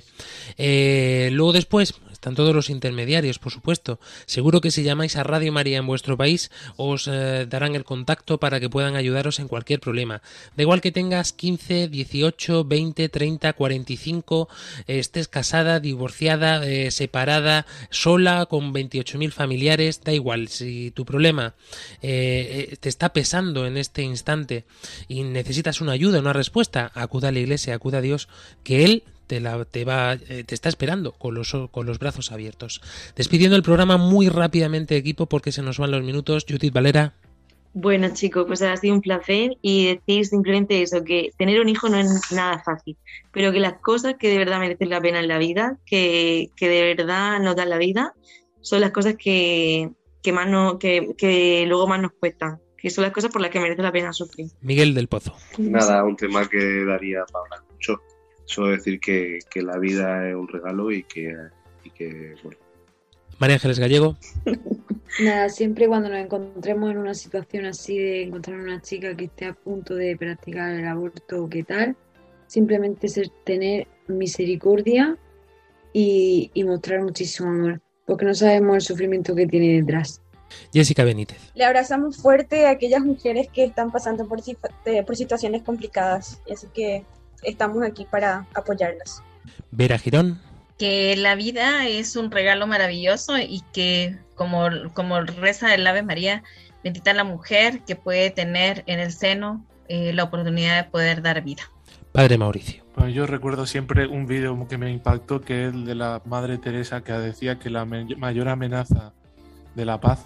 Eh, luego después están todos los intermediarios, por supuesto. Seguro que si llamáis a Radio María en vuestro país os eh, darán el contacto para que puedan ayudaros en cualquier problema. Da igual que tengas quince, dieciocho, veinte, treinta, cuarenta y cinco, eh, estés casada, divorciada, eh, separada, sola, con veintiocho mil familiares, da igual. Si tu problema eh, eh, te está pesando en este instante y necesitas una ayuda, una respuesta, acuda a la Iglesia, acuda a Dios, que Él Te, la, te, va, eh, te está esperando con los, con los brazos abiertos. Despidiendo el programa muy rápidamente, equipo, porque se nos van los minutos. Judith Valera. Bueno, chicos, pues ha sido un placer y decir simplemente eso, que tener un hijo no es nada fácil, pero que las cosas que de verdad merecen la pena en la vida, que, que de verdad nos dan la vida, son las cosas que, que, más no, que, que luego más nos cuestan, que son las cosas por las que merece la pena sufrir. Miguel del Pozo. Nada, un tema que daría para hablar mucho. Solo decir que, que la vida es un regalo y que, y que bueno. María Ángeles Gallego. Nada, siempre cuando nos encontremos en una situación así de encontrar una chica que esté a punto de practicar el aborto o qué tal, simplemente ser, tener misericordia y, y mostrar muchísimo amor, porque no sabemos el sufrimiento que tiene detrás. Jessica Benítez. Le abrazamos fuerte a aquellas mujeres que están pasando por, por situaciones complicadas, así que estamos aquí para apoyarlas. Vera Girón. Que la vida es un regalo maravilloso y que, como, como reza el Ave María, bendita la mujer que puede tener en el seno eh, la oportunidad de poder dar vida. Padre Mauricio. Bueno, yo recuerdo siempre un vídeo que me impactó, que es el de la Madre Teresa, que decía que la me- mayor amenaza de la paz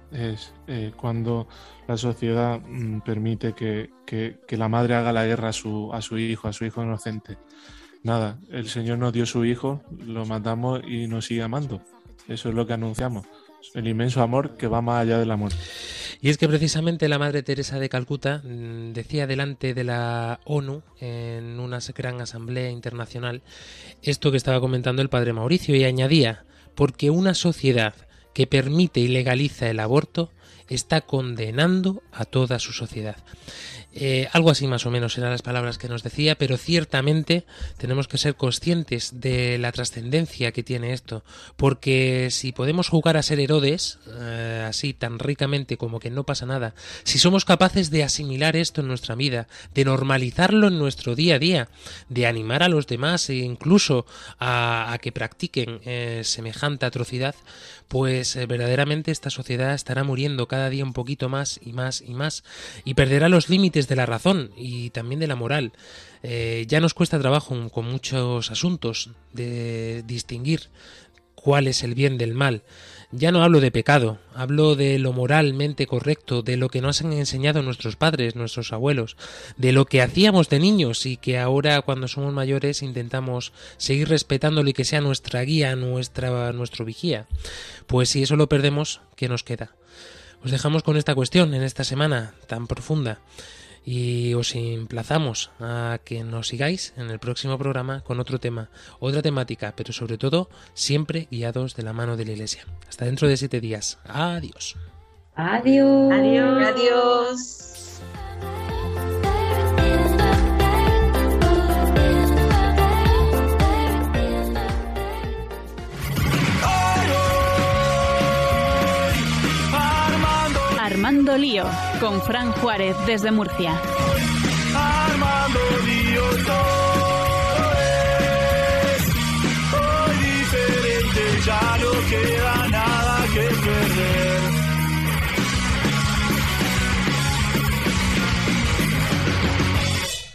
es eh, cuando la sociedad mm, permite que, que, que la madre haga la guerra a su, a su hijo, a su hijo inocente. Nada, el Señor nos dio su hijo, lo matamos y nos sigue amando. Eso es lo que anunciamos. El inmenso amor que va más allá del amor. Y es que precisamente la Madre Teresa de Calcuta mmm, decía delante de la ONU en una gran asamblea internacional esto que estaba comentando el Padre Mauricio, y añadía: porque una sociedad que permite y legaliza el aborto está condenando a toda su sociedad. Eh, algo así más o menos eran las palabras que nos decía, pero ciertamente tenemos que ser conscientes de la trascendencia que tiene esto, porque si podemos jugar a ser Herodes, eh, así tan ricamente como que no pasa nada, si somos capaces de asimilar esto en nuestra vida, de normalizarlo en nuestro día a día, de animar a los demás e incluso a, a que practiquen eh, semejante atrocidad, pues eh, verdaderamente esta sociedad estará muriendo cada día un poquito más y más y más, y perderá los límites de la razón y también de la moral. Eh, ya nos cuesta trabajo con muchos asuntos de distinguir cuál es el bien del mal. Ya no hablo de pecado, hablo de lo moralmente correcto, de lo que nos han enseñado nuestros padres, nuestros abuelos, de lo que hacíamos de niños y que ahora cuando somos mayores intentamos seguir respetándolo y que sea nuestra guía, nuestra, nuestro vigía. Pues si eso lo perdemos, ¿qué nos queda? Os dejamos con esta cuestión en esta semana tan profunda y os emplazamos a que nos sigáis en el próximo programa con otro tema, otra temática, pero sobre todo siempre guiados de la mano de la Iglesia. Hasta dentro de siete días. Adiós. Adiós. Adiós. Adiós. Armando Lío, con Fran Juárez desde Murcia.